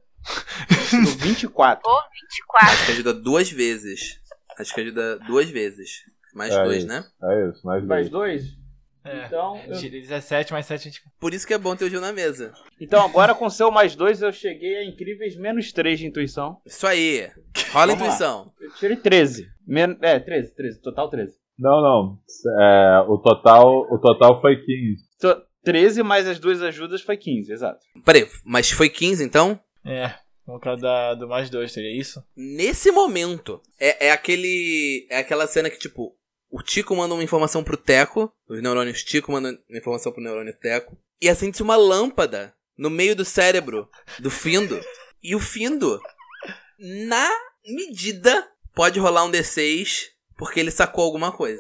Speaker 4: No vinte e quatro.
Speaker 6: Ou vinte e quatro.
Speaker 2: Acho que ajuda duas vezes. Acho que ajuda duas vezes. Mais
Speaker 3: É
Speaker 2: dois,
Speaker 3: isso.
Speaker 2: né?
Speaker 3: É isso, mais
Speaker 4: Mais
Speaker 3: dois.
Speaker 4: dois?
Speaker 1: É,
Speaker 4: Então, eu-
Speaker 1: tirei dezessete mais sete, vinte e quatro.
Speaker 2: Por isso que é bom ter o Gil na mesa.
Speaker 4: Então agora com seu mais dois eu cheguei a incríveis menos três de intuição.
Speaker 2: Isso aí. Rola a
Speaker 4: Vamos lá.
Speaker 2: intuição.
Speaker 4: Eu tirei treze. Men- é, treze, treze. Total treze.
Speaker 3: Não, não. É, o, total, o total foi quinze.
Speaker 4: To- treze mais as duas ajudas foi quinze, exato.
Speaker 2: Peraí, mas foi quinze então?
Speaker 1: É, no caso da, do mais dois, seria isso?
Speaker 2: Nesse momento, é, é aquele. É aquela cena que, tipo, o Tico manda uma informação pro Teco, os neurônios Tico mandam uma informação pro neurônio Teco, e acende-se uma lâmpada no meio do cérebro do Findo. E o Findo, na medida, pode rolar um D seis, porque ele sacou alguma coisa.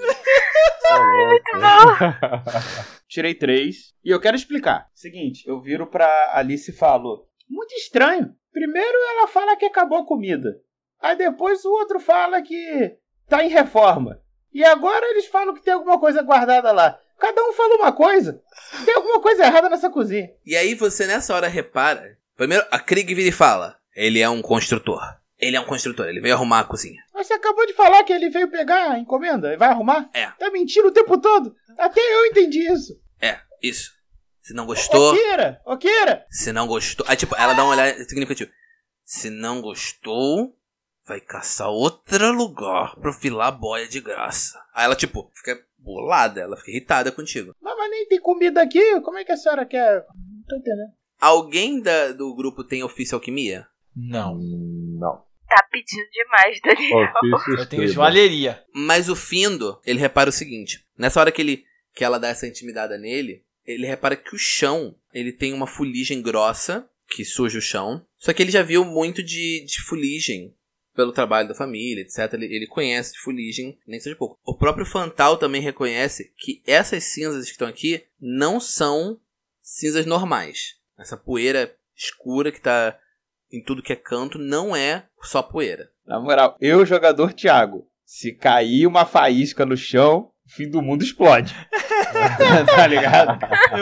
Speaker 4: Tirei três. E eu quero explicar. Seguinte, eu viro pra Alice e falo: muito estranho. Primeiro ela fala que acabou a comida. Aí depois o outro fala que tá em reforma. E agora eles falam que tem alguma coisa guardada lá. Cada um fala uma coisa. Tem alguma coisa errada nessa cozinha.
Speaker 2: E aí você nessa hora repara. Primeiro, a Krieg vira e fala: ele é um construtor. Ele é um construtor, ele veio arrumar a cozinha.
Speaker 4: Você acabou de falar que ele veio pegar a encomenda e vai arrumar?
Speaker 2: É.
Speaker 4: Tá mentindo o tempo todo. Até eu entendi isso.
Speaker 2: É, isso. Se não
Speaker 4: Ô
Speaker 2: gostou.
Speaker 4: Kira, ô Kira.
Speaker 2: Se não gostou. Aí, tipo, ela dá uma olhada significativa. Se não gostou, vai caçar outro lugar pra filar boia de graça. Aí ela, tipo, fica bolada, ela fica irritada contigo.
Speaker 4: Mas, mas nem tem comida aqui. Como é que a senhora quer? Não tô entendendo.
Speaker 2: Alguém da, do grupo tem ofício alquimia?
Speaker 1: Não.
Speaker 3: Hum, Não.
Speaker 6: Tá pedindo demais, Daniel.
Speaker 3: Ofício
Speaker 1: Eu tenho
Speaker 3: escriba.
Speaker 1: joalheria.
Speaker 2: Mas o Findo, ele repara o seguinte. Nessa hora que, ele, que ela dá essa intimidada nele, ele repara que o chão, ele tem uma fuligem grossa, que suja o chão. Só que ele já viu muito de, de fuligem pelo trabalho da família, etcétera. Ele, ele conhece de fuligem, nem seja pouco. O próprio Fantal também reconhece que essas cinzas que estão aqui não são cinzas normais. Essa poeira escura que tá em tudo que é canto não é só poeira.
Speaker 4: Na moral, eu, jogador Thiago, se cair uma faísca no chão, o fim do mundo explode. Tá ligado?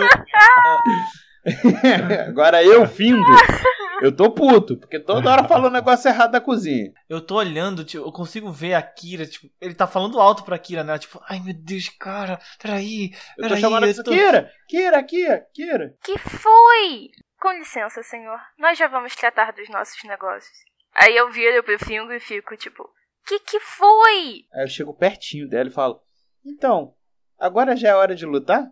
Speaker 4: Agora eu, Findo, eu tô puto, porque toda hora falando um negócio errado da cozinha.
Speaker 1: Eu tô olhando, tipo, eu consigo ver a Kira, tipo, ele tá falando alto pra Kira, né? Tipo, ai meu Deus, cara, peraí,
Speaker 4: Eu tô
Speaker 1: peraí,
Speaker 4: chamando
Speaker 1: eu
Speaker 4: essa
Speaker 1: tô...
Speaker 4: Kira, Kira, Kira, Kira.
Speaker 6: Que foi? Com licença, senhor. Nós já vamos tratar dos nossos negócios. Aí eu viro pro Fingo e fico tipo, que que foi?
Speaker 4: Aí eu chego pertinho dela e falo: então, agora já é hora de lutar?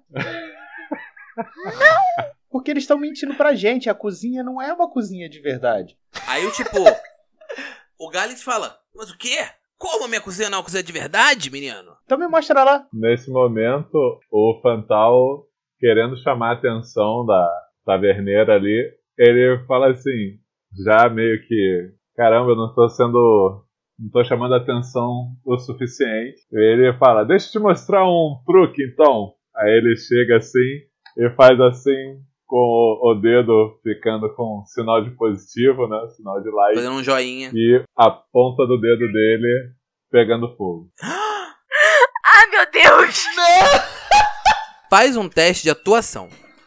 Speaker 4: Não! Porque eles estão mentindo pra gente, a cozinha não é uma cozinha de verdade.
Speaker 2: Aí o tipo, o Galix fala, mas o quê? Como minha cozinha não é uma cozinha de verdade, menino?
Speaker 4: Então me mostra lá.
Speaker 3: Nesse momento, o Fantal, querendo chamar a atenção da taverneira ali, ele fala assim, já meio que, caramba, eu não tô sendo, não tô chamando a atenção o suficiente. Ele fala, deixa eu te mostrar um truque então. Aí ele chega assim e faz assim, com o, o dedo ficando com sinal de positivo, né, sinal de like.
Speaker 2: Fazendo um joinha.
Speaker 3: E a ponta do dedo dele pegando fogo.
Speaker 6: Ai, meu Deus!
Speaker 2: Faz um teste de atuação.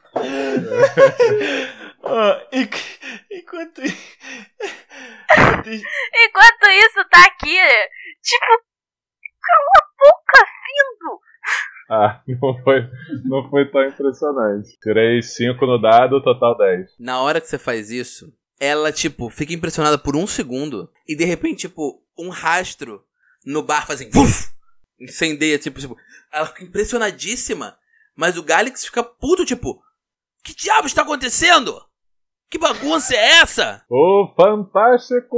Speaker 1: Ah, enqu- enquanto. enquanto isso-
Speaker 6: Enquanto isso, tá aqui, tipo, cala a boca, Findo!
Speaker 3: Ah, não foi, não foi tão impressionante. Tirei cinco no dado, total dez.
Speaker 2: Na hora que você faz isso, ela, tipo, fica impressionada por um segundo e, de repente, tipo, um rastro no bar faz assim, vuf, incendeia, tipo, tipo, ela fica impressionadíssima, mas o Galix fica puto, tipo, que diabo está acontecendo? Que bagunça é essa?
Speaker 3: O fantástico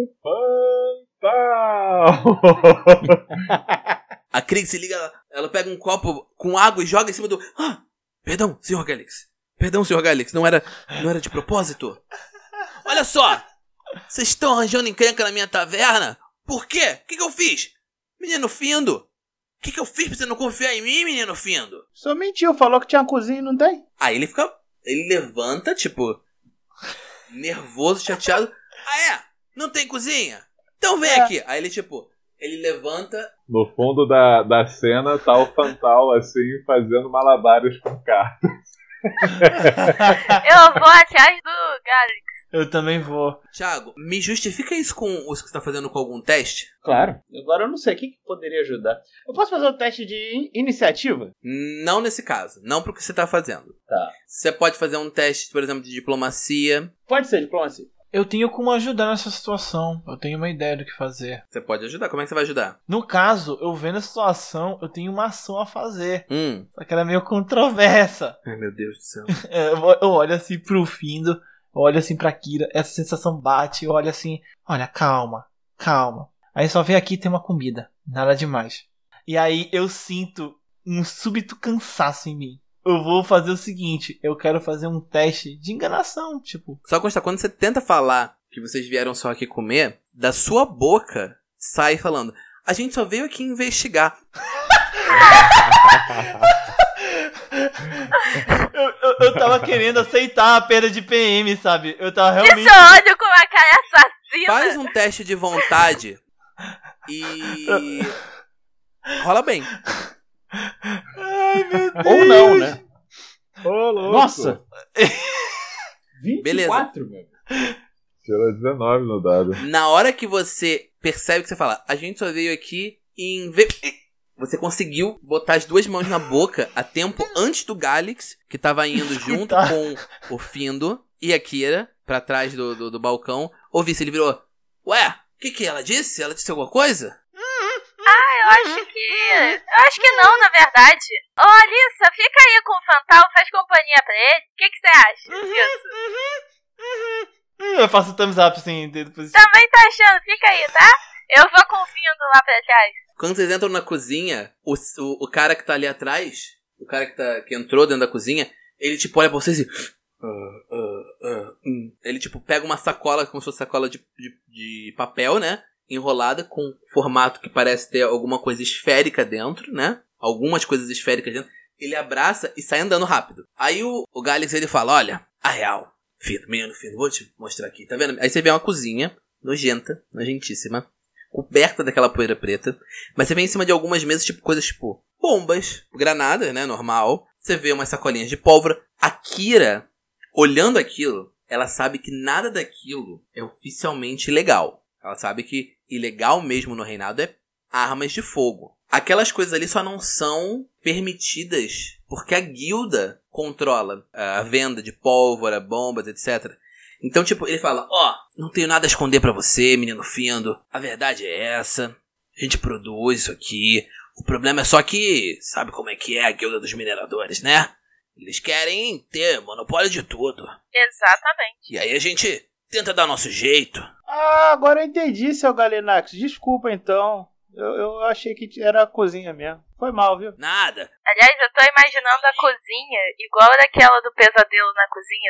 Speaker 3: Fantal!
Speaker 2: A Krieg se liga, ela, ela pega um copo com água e joga em cima do... Ah, perdão, senhor Galix. Perdão, senhor Galix, não era, não era de propósito. Olha só, vocês estão arranjando encrenca na minha taverna? Por quê? O que, que eu fiz? Menino Findo, o que, que eu fiz pra você não confiar em mim, menino Findo?
Speaker 4: Só mentiu, falou que tinha uma cozinha e não tem.
Speaker 2: Aí ele fica, ele levanta, tipo, nervoso, chateado. Ah é? Não tem cozinha? Então vem
Speaker 4: É.
Speaker 2: aqui. Aí ele, tipo, ele levanta...
Speaker 3: No fundo da, da cena tá o Fantal, assim, fazendo malabares com cartas.
Speaker 6: Eu vou atrás do Galix.
Speaker 1: Eu também vou.
Speaker 2: Thiago, me justifica isso com o que você tá fazendo com algum teste?
Speaker 4: Claro. Agora eu não sei, o que, que poderia ajudar? Eu posso fazer um teste de in- iniciativa?
Speaker 2: Não nesse caso. Não pro que você tá fazendo.
Speaker 4: Tá.
Speaker 2: Você pode fazer um teste, por exemplo, de diplomacia.
Speaker 4: Pode ser diplomacia.
Speaker 1: Eu tenho como ajudar nessa situação. Eu tenho uma ideia do que fazer.
Speaker 2: Você pode ajudar. Como é que você vai ajudar?
Speaker 1: No caso, eu vendo a situação, eu tenho uma ação a fazer.
Speaker 2: Hum.
Speaker 1: Só que ela é meio controversa.
Speaker 2: Ai, meu Deus do céu.
Speaker 1: Eu, vou- eu olho assim pro Findo, eu olho assim pra Kira, essa sensação bate, eu olho assim, olha, calma, calma. Aí só vem aqui e tem uma comida, nada demais. E aí eu sinto um súbito cansaço em mim. Eu vou fazer o seguinte, eu quero fazer um teste de enganação, tipo...
Speaker 2: Só constar, quando você tenta falar que vocês vieram só aqui comer, da sua boca sai falando, a gente só veio aqui investigar.
Speaker 1: eu, eu, eu tava querendo aceitar a perda de P M, sabe? Eu tava realmente...
Speaker 6: Isso eu olho com uma cara assassina.
Speaker 2: Faz um teste de vontade e... rola bem.
Speaker 1: Ai, meu Deus.
Speaker 4: Ou não, né?
Speaker 3: Ô, louco!
Speaker 4: Nossa! vinte e quatro,
Speaker 2: Beleza.
Speaker 4: meu.
Speaker 3: Tirou dezenove no dado.
Speaker 2: Na hora que você percebe que você fala, a gente só veio aqui em... Ve... Você conseguiu botar as duas mãos na boca a tempo antes do Galix, que tava indo junto
Speaker 1: Tá.
Speaker 2: com o Findo e a Kira, pra trás do, do, do balcão. Ouvi se ele virou, ué, o que que ela disse? Ela disse alguma coisa?
Speaker 6: Eu acho que... Eu acho que não, na verdade. Ô, Alissa, fica aí com o Fantal, faz companhia pra ele. O que que você acha disso?
Speaker 1: Hum, eu faço thumbs up assim, dedo positivo.
Speaker 6: Também tá achando, fica aí, tá? Eu vou confiando lá pra trás.
Speaker 2: Quando vocês entram na cozinha, o, o, o cara que tá ali atrás, o cara que, tá, que entrou dentro da cozinha, ele tipo olha pra vocês e... Uh, uh, uh, hum. Ele tipo pega uma sacola, como se fosse sacola de, de, de papel, né? Enrolada, com formato que parece ter alguma coisa esférica dentro, né? Algumas coisas esféricas dentro. Ele abraça e sai andando rápido. Aí o, o Galix, ele fala, olha, a real, Findo, menino Findo, vou te mostrar aqui, tá vendo? Aí você vê uma cozinha nojenta, nojentíssima, coberta daquela poeira preta, mas você vê em cima de algumas mesas, tipo, coisas tipo bombas, granadas, né, normal. Você vê umas sacolinhas de pólvora. A Kira, olhando aquilo, ela sabe que nada daquilo é oficialmente legal. Ela sabe que ilegal mesmo no reinado é armas de fogo. Aquelas coisas ali só não são permitidas porque a guilda controla a venda de pólvora, bombas, etcétera. Então, tipo, ele fala, ó, oh, não tenho nada a esconder pra você, menino Findo. A verdade é essa. A gente produz isso aqui. O problema é só que, sabe como é que é a guilda dos mineradores, né? Eles querem ter monopólio de tudo.
Speaker 6: Exatamente.
Speaker 2: E aí a gente tenta dar nosso jeito.
Speaker 4: Ah, agora eu entendi, seu Galinax. Desculpa, então. Eu, eu achei que era a cozinha mesmo. Foi mal, viu?
Speaker 2: Nada.
Speaker 6: Aliás, eu tô imaginando a cozinha igual daquela do pesadelo na cozinha,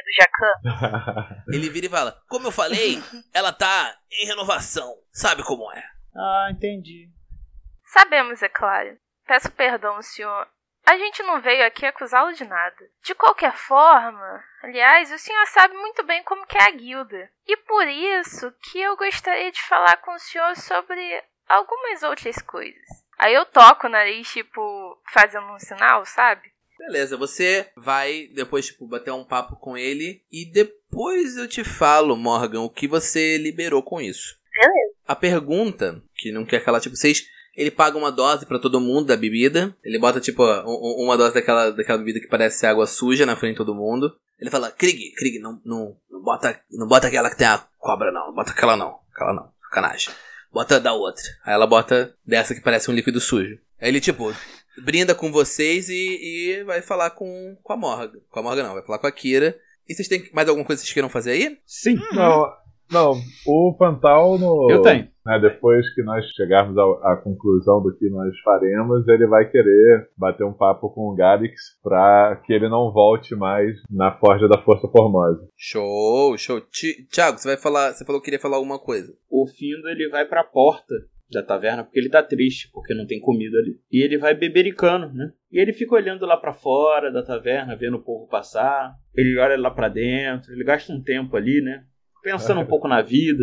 Speaker 6: do Jacan.
Speaker 2: Ele vira e fala, como eu falei, ela tá em renovação. Sabe como é?
Speaker 4: Ah, entendi.
Speaker 6: Sabemos, é claro. Peço perdão, senhor. A gente não veio aqui acusá-lo de nada. De qualquer forma, aliás, o senhor sabe muito bem como que é a guilda. E por isso que eu gostaria de falar com o senhor sobre algumas outras coisas. Aí eu toco o nariz, tipo, fazendo um sinal, sabe?
Speaker 2: Beleza, você vai depois, tipo, bater um papo com ele e depois eu te falo, Morgan, o que você liberou com isso.
Speaker 6: Beleza.
Speaker 2: A pergunta, que não quer calar, tipo, vocês... Ele paga uma dose pra todo mundo da bebida. Ele bota, tipo, um, uma dose daquela, daquela bebida que parece água suja na frente de todo mundo. Ele fala, Krieg, Krieg, não, não, não, bota, não bota aquela que tem a cobra, não. Não bota aquela, não. Aquela não. Sacanagem. Bota da outra. Aí ela bota dessa que parece um líquido sujo. Aí ele, tipo, brinda com vocês e, e vai falar com, com a Morgan. Com a Morgan não, vai falar com a Kira. E vocês têm mais alguma coisa que vocês queiram fazer aí?
Speaker 4: Sim.
Speaker 3: Não, não, o Pantal no...
Speaker 4: Eu tenho.
Speaker 3: Né, depois que nós chegarmos à, à conclusão do que nós faremos, ele vai querer bater um papo com o Garix pra que ele não volte mais na Forja da Força Formosa.
Speaker 2: Show, show. Ti- Thiago, você vai falar. Você falou que queria falar alguma coisa.
Speaker 4: O Findo, ele vai pra porta da taverna porque ele tá triste, porque não tem comida ali. E ele vai bebericando, né? E ele fica olhando lá pra fora da taverna, vendo o povo passar. Ele olha lá pra dentro, ele gasta um tempo ali, né? Pensando um pouco na vida.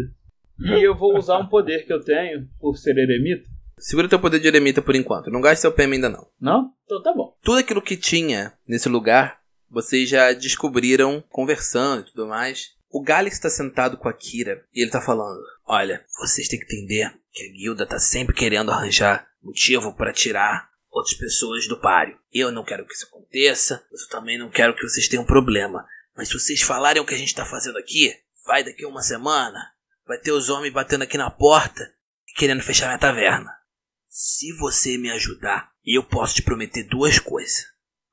Speaker 4: E eu vou usar um poder que eu tenho, por ser eremita.
Speaker 2: Segura teu poder de eremita por enquanto. Não gaste seu P M ainda não.
Speaker 4: Não? Então tá bom.
Speaker 2: Tudo aquilo que tinha nesse lugar, vocês já descobriram conversando e tudo mais. O Galix está sentado com a Kira e ele tá falando: olha, vocês têm que entender que a guilda tá sempre querendo arranjar motivo para tirar outras pessoas do páreo. Eu não quero que isso aconteça, mas eu também não quero que vocês tenham problema. Mas se vocês falarem o que a gente tá fazendo aqui, vai daqui a uma semana, vai ter os homens batendo aqui na porta e querendo fechar minha taverna. Se você me ajudar, eu posso te prometer duas coisas.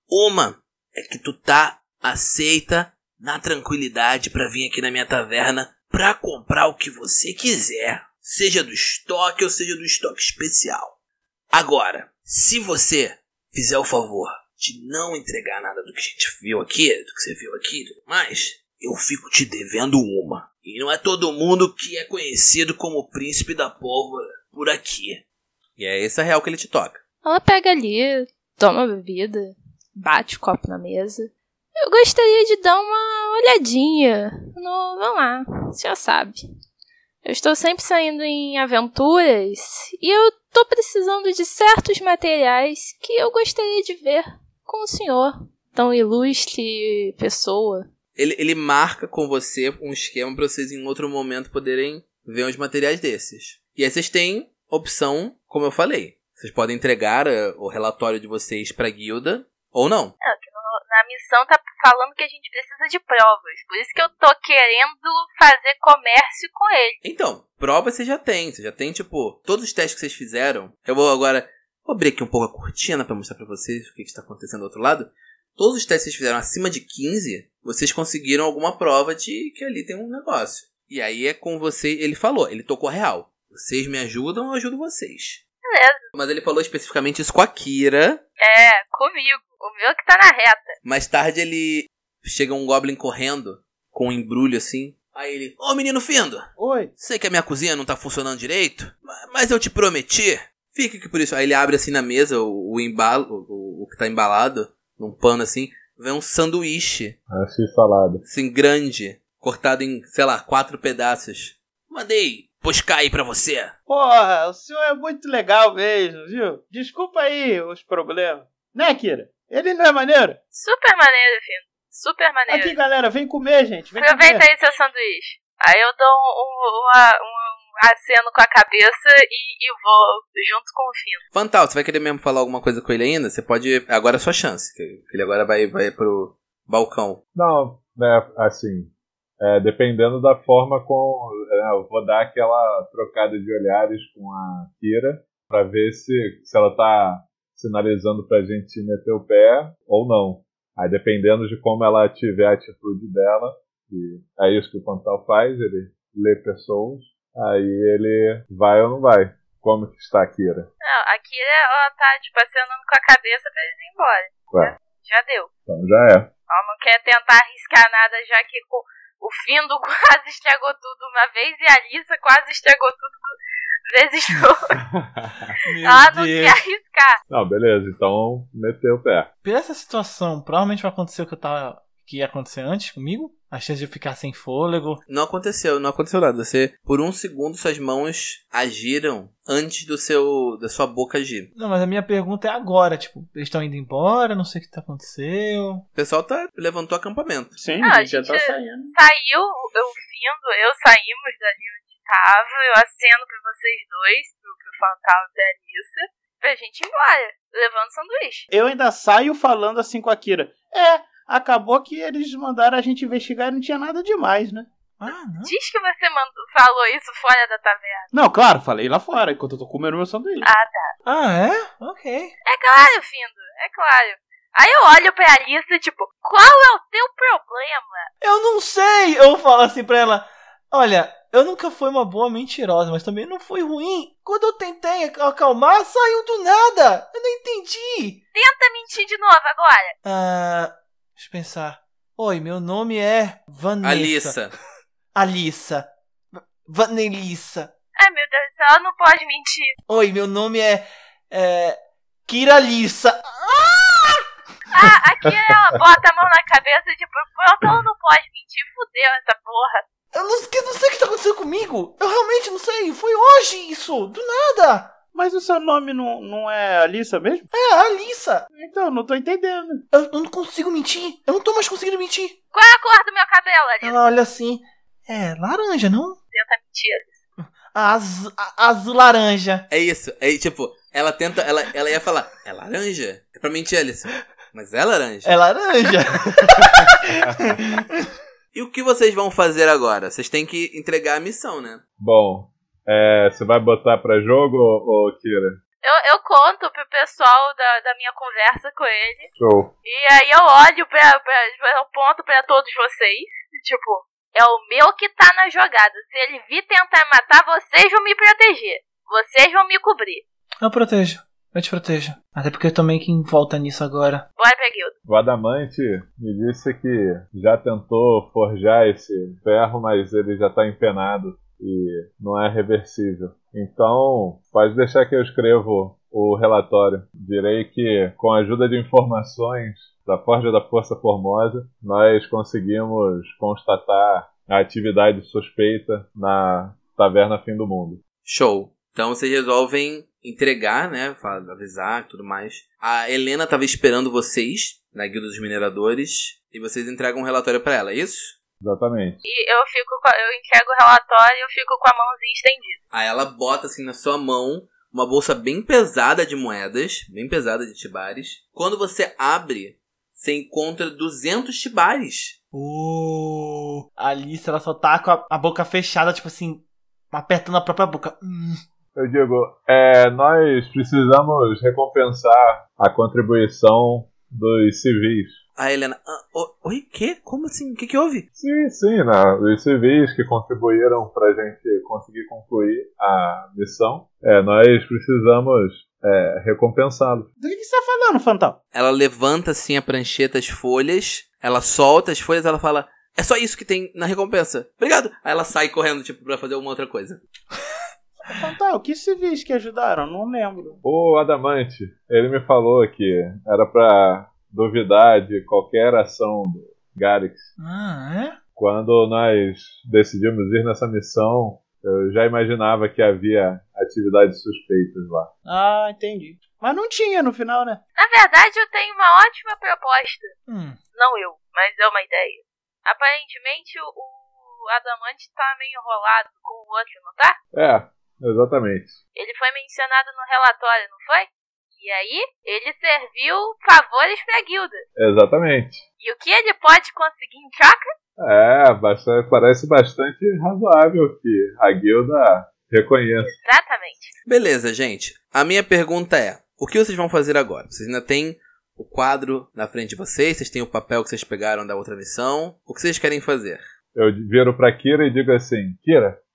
Speaker 2: Uma é que tu tá aceita na tranquilidade pra vir aqui na minha taverna pra comprar o que você quiser, seja do estoque ou seja do estoque especial. Agora, se você fizer o favor de não entregar nada do que a gente viu aqui, do que você viu aqui e tudo mais, eu fico te devendo uma. E não é todo mundo que é conhecido como o príncipe da pólvora por aqui. E é esse a real que ele te toca.
Speaker 6: Ela pega ali, toma a bebida, bate o copo na mesa. Eu gostaria de dar uma olhadinha no... Vamos lá, o senhor sabe. Eu estou sempre saindo em aventuras e eu tô precisando de certos materiais que eu gostaria de ver com o senhor, tão ilustre pessoa.
Speaker 2: Ele, ele marca com você um esquema pra vocês em outro momento poderem ver os materiais desses. E aí vocês têm opção, como eu falei. Vocês podem entregar uh, o relatório de vocês pra guilda ou não.
Speaker 6: É, que no, na missão tá falando que a gente precisa de provas. Por isso que eu tô querendo fazer comércio com ele.
Speaker 2: Então, prova você já tem. Você já tem, tipo, todos os testes que vocês fizeram. Eu vou agora... Vou abrir aqui um pouco a cortina pra mostrar pra vocês o que está acontecendo do outro lado. Todos os testes que vocês fizeram acima de quinze, vocês conseguiram alguma prova de que ali tem um negócio. E aí é com você... Ele falou, ele tocou real. Vocês me ajudam, eu ajudo vocês.
Speaker 6: Beleza.
Speaker 2: Mas ele falou especificamente isso com a Kira.
Speaker 6: É, comigo. O meu que tá na reta.
Speaker 2: Mais tarde ele... Chega um Goblin correndo, com um embrulho assim. Aí ele... Ô, menino Findo!
Speaker 4: Oi.
Speaker 2: Sei que a minha cozinha não tá funcionando direito, mas eu te prometi. Fica aqui por isso. Aí ele abre assim na mesa o, o embalo, o, o que tá embalado, num pano assim. Vem um sanduíche.
Speaker 3: Assim, salada.
Speaker 2: Assim, grande. Cortado em, sei lá, quatro pedaços. Mandei buscar aí pra você.
Speaker 4: Porra, o senhor é muito legal mesmo, viu? Desculpa aí os problemas. Né, Kira? Ele não é maneiro?
Speaker 6: Super maneiro, filho. Super maneiro.
Speaker 4: Aqui, galera, vem comer, gente. Vem
Speaker 6: Aproveita
Speaker 4: comer.
Speaker 6: aí seu sanduíche. Aí eu dou um, um, uma, um aceno com a cabeça e, e vou junto com o Fino.
Speaker 2: Fantal, você vai querer mesmo falar alguma coisa com ele ainda? Você pode... Agora é a sua chance. Que ele agora vai, vai pro balcão.
Speaker 3: Não, né, assim, é, dependendo da forma com... É, eu vou dar aquela trocada de olhares com a Kira pra ver se, se ela tá sinalizando pra gente meter o pé ou não. Aí dependendo de como ela tiver a atitude dela, e é isso que o Pantal faz, ele lê pessoas, Aí ele vai ou não vai? Como que está a Kira?
Speaker 6: Não, a Kira, ela tá, tipo, acenando com a cabeça pra eles ir embora.
Speaker 3: Ué,
Speaker 6: Já deu.
Speaker 3: então já é.
Speaker 6: Ela não quer tentar arriscar nada, já que o, o Findo quase estragou tudo uma vez e a Alissa quase estragou tudo vezes duas.
Speaker 1: Meu
Speaker 6: Ela não
Speaker 1: Deus.
Speaker 6: quer arriscar.
Speaker 3: Não, beleza, então meteu o pé.
Speaker 1: Por essa situação, provavelmente vai acontecer o que eu tava. Que ia acontecer antes comigo. A chance de eu ficar sem fôlego.
Speaker 2: Não aconteceu, não aconteceu nada. Você, por um segundo, suas mãos agiram antes do seu, da sua boca agir.
Speaker 1: Não, mas a minha pergunta é agora, tipo, eles estão indo embora, não sei o que tá acontecendo.
Speaker 2: O pessoal tá, levantou acampamento.
Speaker 4: Sim,
Speaker 6: Ah,
Speaker 4: a gente já tá
Speaker 6: gente-
Speaker 4: saindo.
Speaker 6: Saiu, eu Findo, eu saímos dali onde tava, eu aceno pra vocês dois, pro, pro Fantasma e a Alissa, pra gente ir embora, levando sanduíche.
Speaker 4: Eu ainda saio falando assim com a Kira. É, acabou que eles mandaram a gente investigar e não tinha nada demais, né?
Speaker 1: Ah, não?
Speaker 6: Diz que você mandou, falou isso fora da taverna.
Speaker 4: Não, claro, falei lá fora, enquanto eu tô comendo meu sanduíche.
Speaker 6: Ah, tá.
Speaker 1: Ah, é? Ok.
Speaker 6: É claro, Findo, é claro. Aí eu olho pra Alissa, tipo, qual é o teu problema?
Speaker 1: Eu não sei! Eu falo assim pra ela: olha, eu nunca fui uma boa mentirosa, mas também não fui ruim. Quando eu tentei acalmar, saiu do nada. Eu não entendi.
Speaker 6: Tenta mentir de novo agora.
Speaker 1: Ah, deixa eu pensar. Oi, meu nome é Vanessa.
Speaker 2: Alissa.
Speaker 1: Alissa. Va- Vanelissa.
Speaker 6: Ai, meu Deus do céu, ela não pode mentir.
Speaker 1: Oi, meu nome é. É. Kiralissa.
Speaker 6: Ah, aqui ela bota a mão na cabeça, tipo, pronto, ela não pode mentir, fudeu essa porra.
Speaker 1: Eu não, eu não sei o que tá acontecendo comigo. Eu realmente não sei. Foi hoje isso. Do nada.
Speaker 4: Mas o seu nome não, não é Alissa mesmo?
Speaker 1: É, a Alissa.
Speaker 4: Então, não tô entendendo.
Speaker 1: Eu, eu não consigo mentir. Eu não tô mais conseguindo mentir.
Speaker 6: Qual é a cor do meu cabelo, Alissa?
Speaker 1: Ela olha assim. É, laranja, não?
Speaker 6: Tenta mentir, Alissa.
Speaker 1: Azul, azul laranja.
Speaker 2: É isso. É tipo, ela tenta. Ela, ela ia falar, é laranja? É pra mentir, Alissa. Mas é laranja.
Speaker 1: É laranja.
Speaker 2: E o que vocês vão fazer agora? Vocês têm que entregar a missão, né?
Speaker 3: Bom, é, você vai botar pra jogo, ô, ô Kira?
Speaker 6: Eu, eu conto pro pessoal da, da minha conversa com ele.
Speaker 3: Show.
Speaker 6: E aí eu olho pra, pra, eu ponto pra todos vocês. Tipo, é o meu que tá na jogada. Se ele vir tentar matar, vocês vão me proteger. Vocês vão me cobrir.
Speaker 1: Eu protejo. Eu te protejo. Até porque eu tô meio que em volta nisso agora.
Speaker 6: Bora pra guilda.
Speaker 3: O Adamante me disse que já tentou forjar esse ferro, mas ele já tá empenado e não é reversível. Então, pode deixar que eu escrevo o relatório. Direi que, com a ajuda de informações da Forja da Força Formosa, nós conseguimos constatar a atividade suspeita na Taverna Fim do Mundo.
Speaker 2: Show. Então vocês resolvem entregar, né? Avisar e tudo mais. A Helena estava esperando vocês na Guilda dos Mineradores e vocês entregam um relatório para ela, é isso?
Speaker 3: Exatamente.
Speaker 6: E eu fico com a, eu entrego o relatório e eu fico com a mãozinha estendida.
Speaker 2: Aí ela bota assim na sua mão uma bolsa bem pesada de moedas, bem pesada de tibares. Quando você abre, você encontra duzentos tibares.
Speaker 1: Uh, a Alice, ela só tá com a, a boca fechada, tipo assim, apertando a própria boca. Hum.
Speaker 3: Eu digo, é, nós precisamos recompensar a contribuição dos civis.
Speaker 2: A Helena, ah, o- oi, que? Como assim? O que que houve?
Speaker 3: Sim, sim, né? Os civis que contribuíram pra gente conseguir concluir a missão, é, nós precisamos é, recompensá-los.
Speaker 4: Do que, que você tá falando, Fantal?
Speaker 2: Ela levanta assim a prancheta, as folhas, ela solta as folhas, ela fala, é só isso que tem na recompensa. Obrigado. Aí ela sai correndo, tipo, pra fazer alguma outra coisa.
Speaker 4: Fantal, que civis que ajudaram? Não lembro.
Speaker 3: O Adamante, ele me falou que era pra duvidar de qualquer ação do Garrix.
Speaker 1: Ah, é?
Speaker 3: Quando nós decidimos ir nessa missão, eu já imaginava que havia atividades suspeitas lá.
Speaker 4: Ah, entendi. Mas não tinha no final, né?
Speaker 6: Na verdade, eu tenho uma ótima proposta.
Speaker 1: Hum.
Speaker 6: Não eu, mas é uma ideia. Aparentemente, o, o Adamante tá meio enrolado com o outro, não tá?
Speaker 3: É, exatamente.
Speaker 6: Ele foi mencionado no relatório, não foi? E aí, ele serviu favores pra guilda.
Speaker 3: Exatamente.
Speaker 6: E o que ele pode conseguir em troca?
Speaker 3: É, bastante, parece bastante razoável que a guilda reconheça.
Speaker 6: Exatamente.
Speaker 2: Beleza, gente. A minha pergunta é, o que vocês vão fazer agora? Vocês ainda têm o quadro na frente de vocês, vocês têm o papel que vocês pegaram da outra missão. O que vocês querem fazer?
Speaker 3: Eu viro pra Kira e digo assim, Kira,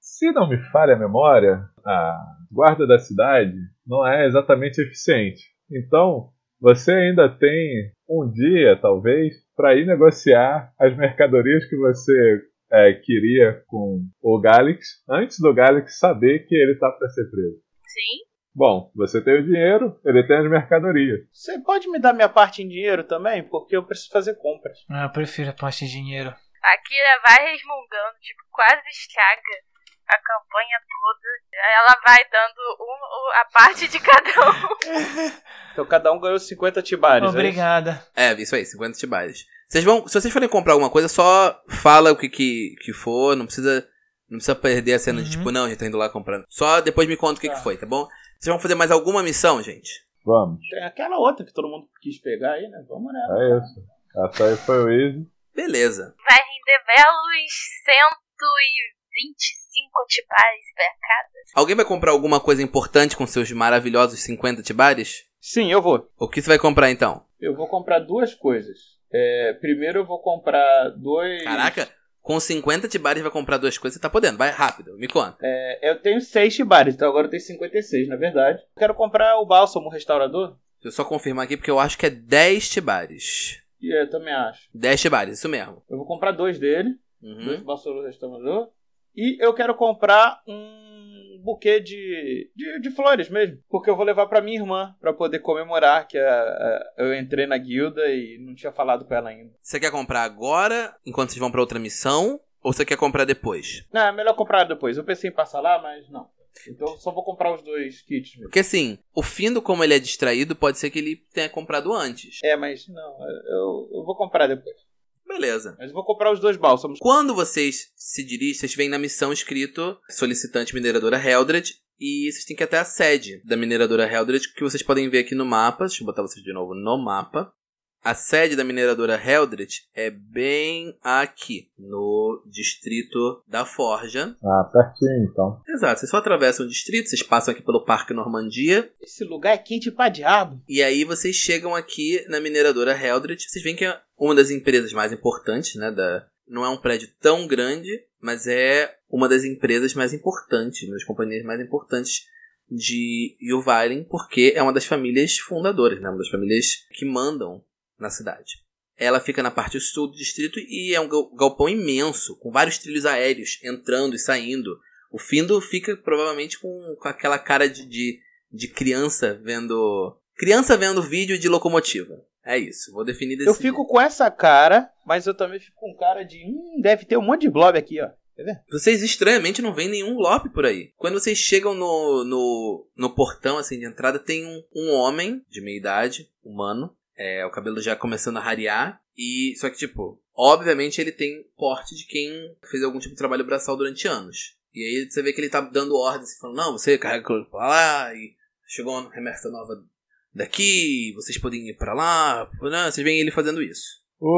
Speaker 3: Se não me falha a memória, a guarda da cidade não é exatamente eficiente. Então, você ainda tem um dia, talvez, para ir negociar as mercadorias que você é, queria com o Galix, antes do Galix saber que ele está para ser preso.
Speaker 6: Sim.
Speaker 3: Bom, você tem o dinheiro, ele tem as mercadorias.
Speaker 4: Você pode me dar minha parte em dinheiro também? Porque eu preciso fazer compras.
Speaker 1: Ah, eu prefiro a parte de dinheiro.
Speaker 6: A Kira vai resmungando, tipo, quase estraga a campanha toda. Ela vai dando um, a parte de cada um.
Speaker 4: Então cada um ganhou cinquenta tibares.
Speaker 1: Obrigada.
Speaker 2: É, isso aí, cinquenta tibares. Vocês vão, se vocês forem comprar alguma coisa, só fala o que, que, que for, não precisa, não precisa perder a cena
Speaker 1: Uhum.
Speaker 2: de tipo, não, a gente tá indo lá comprando. Só depois me conta o que,
Speaker 4: Tá.
Speaker 2: que foi, tá bom? Vocês vão fazer mais alguma missão, gente?
Speaker 3: Vamos,
Speaker 4: Tem aquela outra que todo mundo quis pegar aí, né? Vamos nela.
Speaker 3: é isso. Essa aí foi o Easy.
Speaker 2: Beleza.
Speaker 6: Vai render belos cento e vinte e cinco tibares pra cada.
Speaker 2: Alguém vai comprar alguma coisa importante com seus maravilhosos cinquenta tibares?
Speaker 4: Sim, eu vou.
Speaker 2: O que você vai comprar então?
Speaker 4: Eu vou comprar duas coisas. É, primeiro eu vou comprar dois...
Speaker 2: Caraca, com cinquenta tibares vai comprar duas coisas, você tá podendo. Vai rápido, me conta.
Speaker 4: É, eu tenho seis tibares, então agora eu tenho cinquenta e seis, na verdade. Eu quero comprar o bálsamo restaurador.
Speaker 2: Deixa eu só confirmar aqui porque eu acho que é dez tibares.
Speaker 4: E eu também acho.
Speaker 2: dez tibares, isso mesmo.
Speaker 4: Eu vou comprar dois dele.
Speaker 2: Uhum.
Speaker 4: Dois bálsamos restaurador. E eu quero comprar um buquê de, de, de flores mesmo. Porque eu vou levar pra minha irmã, pra poder comemorar que a, a, eu entrei na guilda e não tinha falado com ela ainda.
Speaker 2: Você quer comprar agora, enquanto vocês vão pra outra missão, ou você quer comprar depois?
Speaker 4: Não, é melhor comprar depois. Eu pensei em passar lá, mas não. Então eu só vou comprar os dois kits mesmo.
Speaker 2: Porque assim, o Findo, como ele é distraído, pode ser que ele tenha comprado antes.
Speaker 4: É, mas não, eu, eu vou comprar depois.
Speaker 2: Beleza.
Speaker 4: Mas eu vou comprar os dois bálsamos.
Speaker 2: Quando vocês se dirigem, vocês vêm na missão escrito solicitante mineradora Heldred, e vocês têm que ir até a sede da mineradora Heldred, que vocês podem ver aqui no mapa. Deixa eu botar vocês de novo no mapa. A sede da mineradora Heldred é bem aqui, no distrito da Forja.
Speaker 3: Ah, pertinho então.
Speaker 2: Exato, vocês só atravessam o distrito, vocês passam aqui pelo Parque Normandia,
Speaker 4: Esse lugar é quente pra diabo.
Speaker 2: e aí vocês chegam aqui na mineradora Heldred. Vocês veem que é uma das empresas mais importantes, né? Da... Não é um prédio tão grande, mas é uma das empresas mais importantes, uma das companhias mais importantes de Yuvairin, porque é uma das famílias fundadoras, né? Uma das famílias que mandam na cidade. Ela fica na parte sul do distrito e é um gal- galpão imenso, com vários trilhos aéreos entrando e saindo. O Findo fica provavelmente com, com aquela cara de, de, de criança vendo... Criança vendo vídeo de locomotiva. É isso, vou definir desse
Speaker 4: Eu fico com essa cara, mas eu também fico com cara de... Hum, deve ter um monte de blob aqui, ó. Quer ver?
Speaker 2: Vocês estranhamente não veem nenhum Lop por aí. Quando vocês chegam no, no, no portão assim, de entrada, tem um, um homem de meia idade, humano. É, o cabelo já começando a rarear. E, só que, tipo, obviamente ele tem porte de quem fez algum tipo de trabalho braçal durante anos. E aí você vê que ele tá dando ordens, falando, não, você carrega aquilo pra lá, e chegou uma remessa nova daqui, vocês podem ir pra lá. Não, vocês veem ele fazendo isso.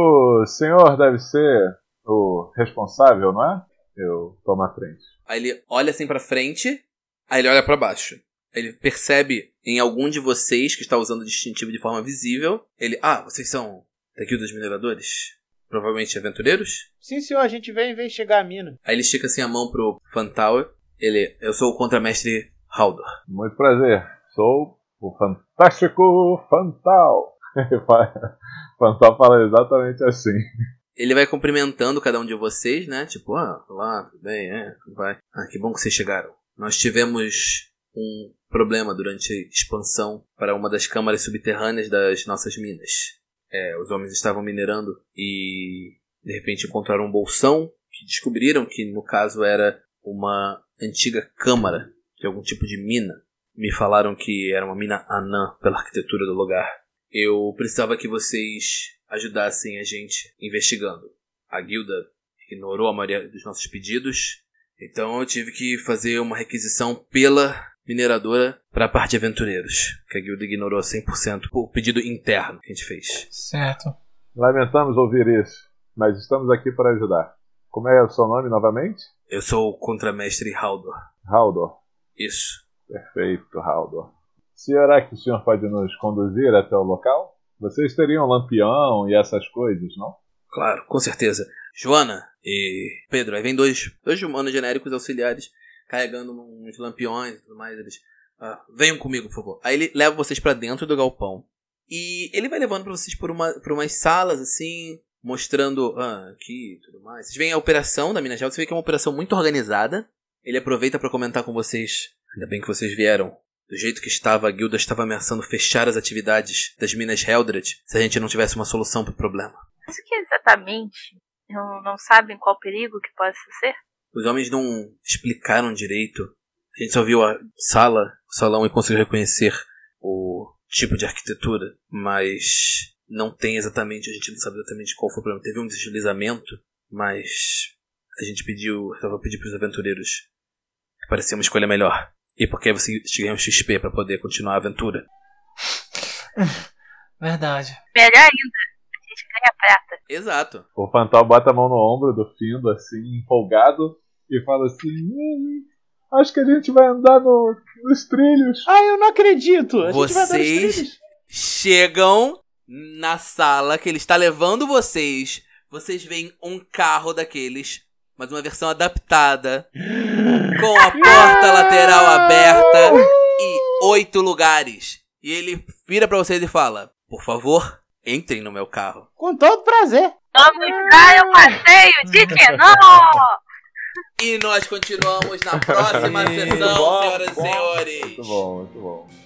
Speaker 3: O senhor deve ser o responsável, não é? Eu tomo a frente.
Speaker 2: Aí ele olha assim pra frente, aí ele olha pra baixo. Ele percebe em algum de vocês que está usando o distintivo de forma visível. Ele, ah, vocês são da Guilda dos Mineradores? Provavelmente aventureiros?
Speaker 4: Sim, senhor, a gente veio investigar a mina.
Speaker 2: Aí ele estica assim a mão pro Fantower. Ele, eu sou o contramestre Haldor.
Speaker 3: Muito prazer. Sou o fantástico Fantal. Fantal fala exatamente assim.
Speaker 2: Ele vai cumprimentando cada um de vocês, né? Tipo, ah, olá, tudo bem, é, tudo vai. Ah, que bom que vocês chegaram. Nós tivemos um problema durante a expansão para uma das câmaras subterrâneas das nossas minas. É, os homens estavam minerando e de repente encontraram um bolsão que descobriram que no caso era uma antiga câmara de algum tipo de mina. Me falaram que era uma mina anã pela arquitetura do lugar. Eu precisava que vocês ajudassem a gente investigando. A guilda ignorou a maioria dos nossos pedidos, então eu tive que fazer uma requisição pela mineradora para a parte de aventureiros, que a guilda ignorou cem por cento o pedido interno que a gente fez.
Speaker 1: Certo.
Speaker 3: Lamentamos ouvir isso, mas estamos aqui para ajudar. Como é o seu nome novamente?
Speaker 2: Eu sou o contramestre Haldor.
Speaker 3: Haldor.
Speaker 2: Isso.
Speaker 3: Perfeito, Haldor. Será que o senhor pode nos conduzir até o local? Vocês teriam lampião e essas coisas, não?
Speaker 2: Claro, com certeza. Joana e Pedro. Aí vem dois, dois humanos genéricos auxiliares carregando uns lampiões e tudo mais. Eles, ah, venham comigo, por favor. Aí ele leva vocês pra dentro do galpão. E ele vai levando pra vocês por, uma, por umas salas, assim, mostrando ah, aqui e tudo mais. Vocês veem a operação da Minas Gerais. Você vê que é uma operação muito organizada. Ele aproveita pra comentar com vocês. Ainda bem que vocês vieram. Do jeito que estava, a guilda estava ameaçando fechar as atividades das Minas Heldred se a gente não tivesse uma solução pro problema.
Speaker 6: Mas o que exatamente? Não, não sabem qual perigo que possa ser?
Speaker 2: Os homens não explicaram direito. A gente só viu a sala, o salão e conseguiu reconhecer o tipo de arquitetura. Mas não tem exatamente, a gente não sabe exatamente qual foi o problema. Teve um deslizamento, mas a gente pediu, eu pedi para os aventureiros que parecia uma escolha melhor. E porque você ganha um X P para poder continuar a aventura.
Speaker 1: Verdade.
Speaker 6: Melhor ainda, a gente ganha prata.
Speaker 2: Exato.
Speaker 3: O Fantal bota a mão no ombro do Findo, assim, empolgado, e fala assim: hum, acho que a gente vai andar no, nos trilhos.
Speaker 4: Ah, eu não acredito! A gente vai andar nos
Speaker 2: Vocês
Speaker 4: trilhos.
Speaker 2: chegam na sala que ele está levando vocês. Vocês veem um carro daqueles, mas uma versão adaptada, com a porta lateral aberta e oito lugares. E ele vira pra vocês e fala: por favor, entrem no meu carro.
Speaker 4: Com todo prazer.
Speaker 6: Vamos dar um passeio de quenó!
Speaker 2: E nós continuamos na próxima
Speaker 4: Muito
Speaker 2: sessão,
Speaker 4: bom,
Speaker 2: senhoras e
Speaker 4: bom.
Speaker 2: senhores.
Speaker 3: Muito bom, muito bom.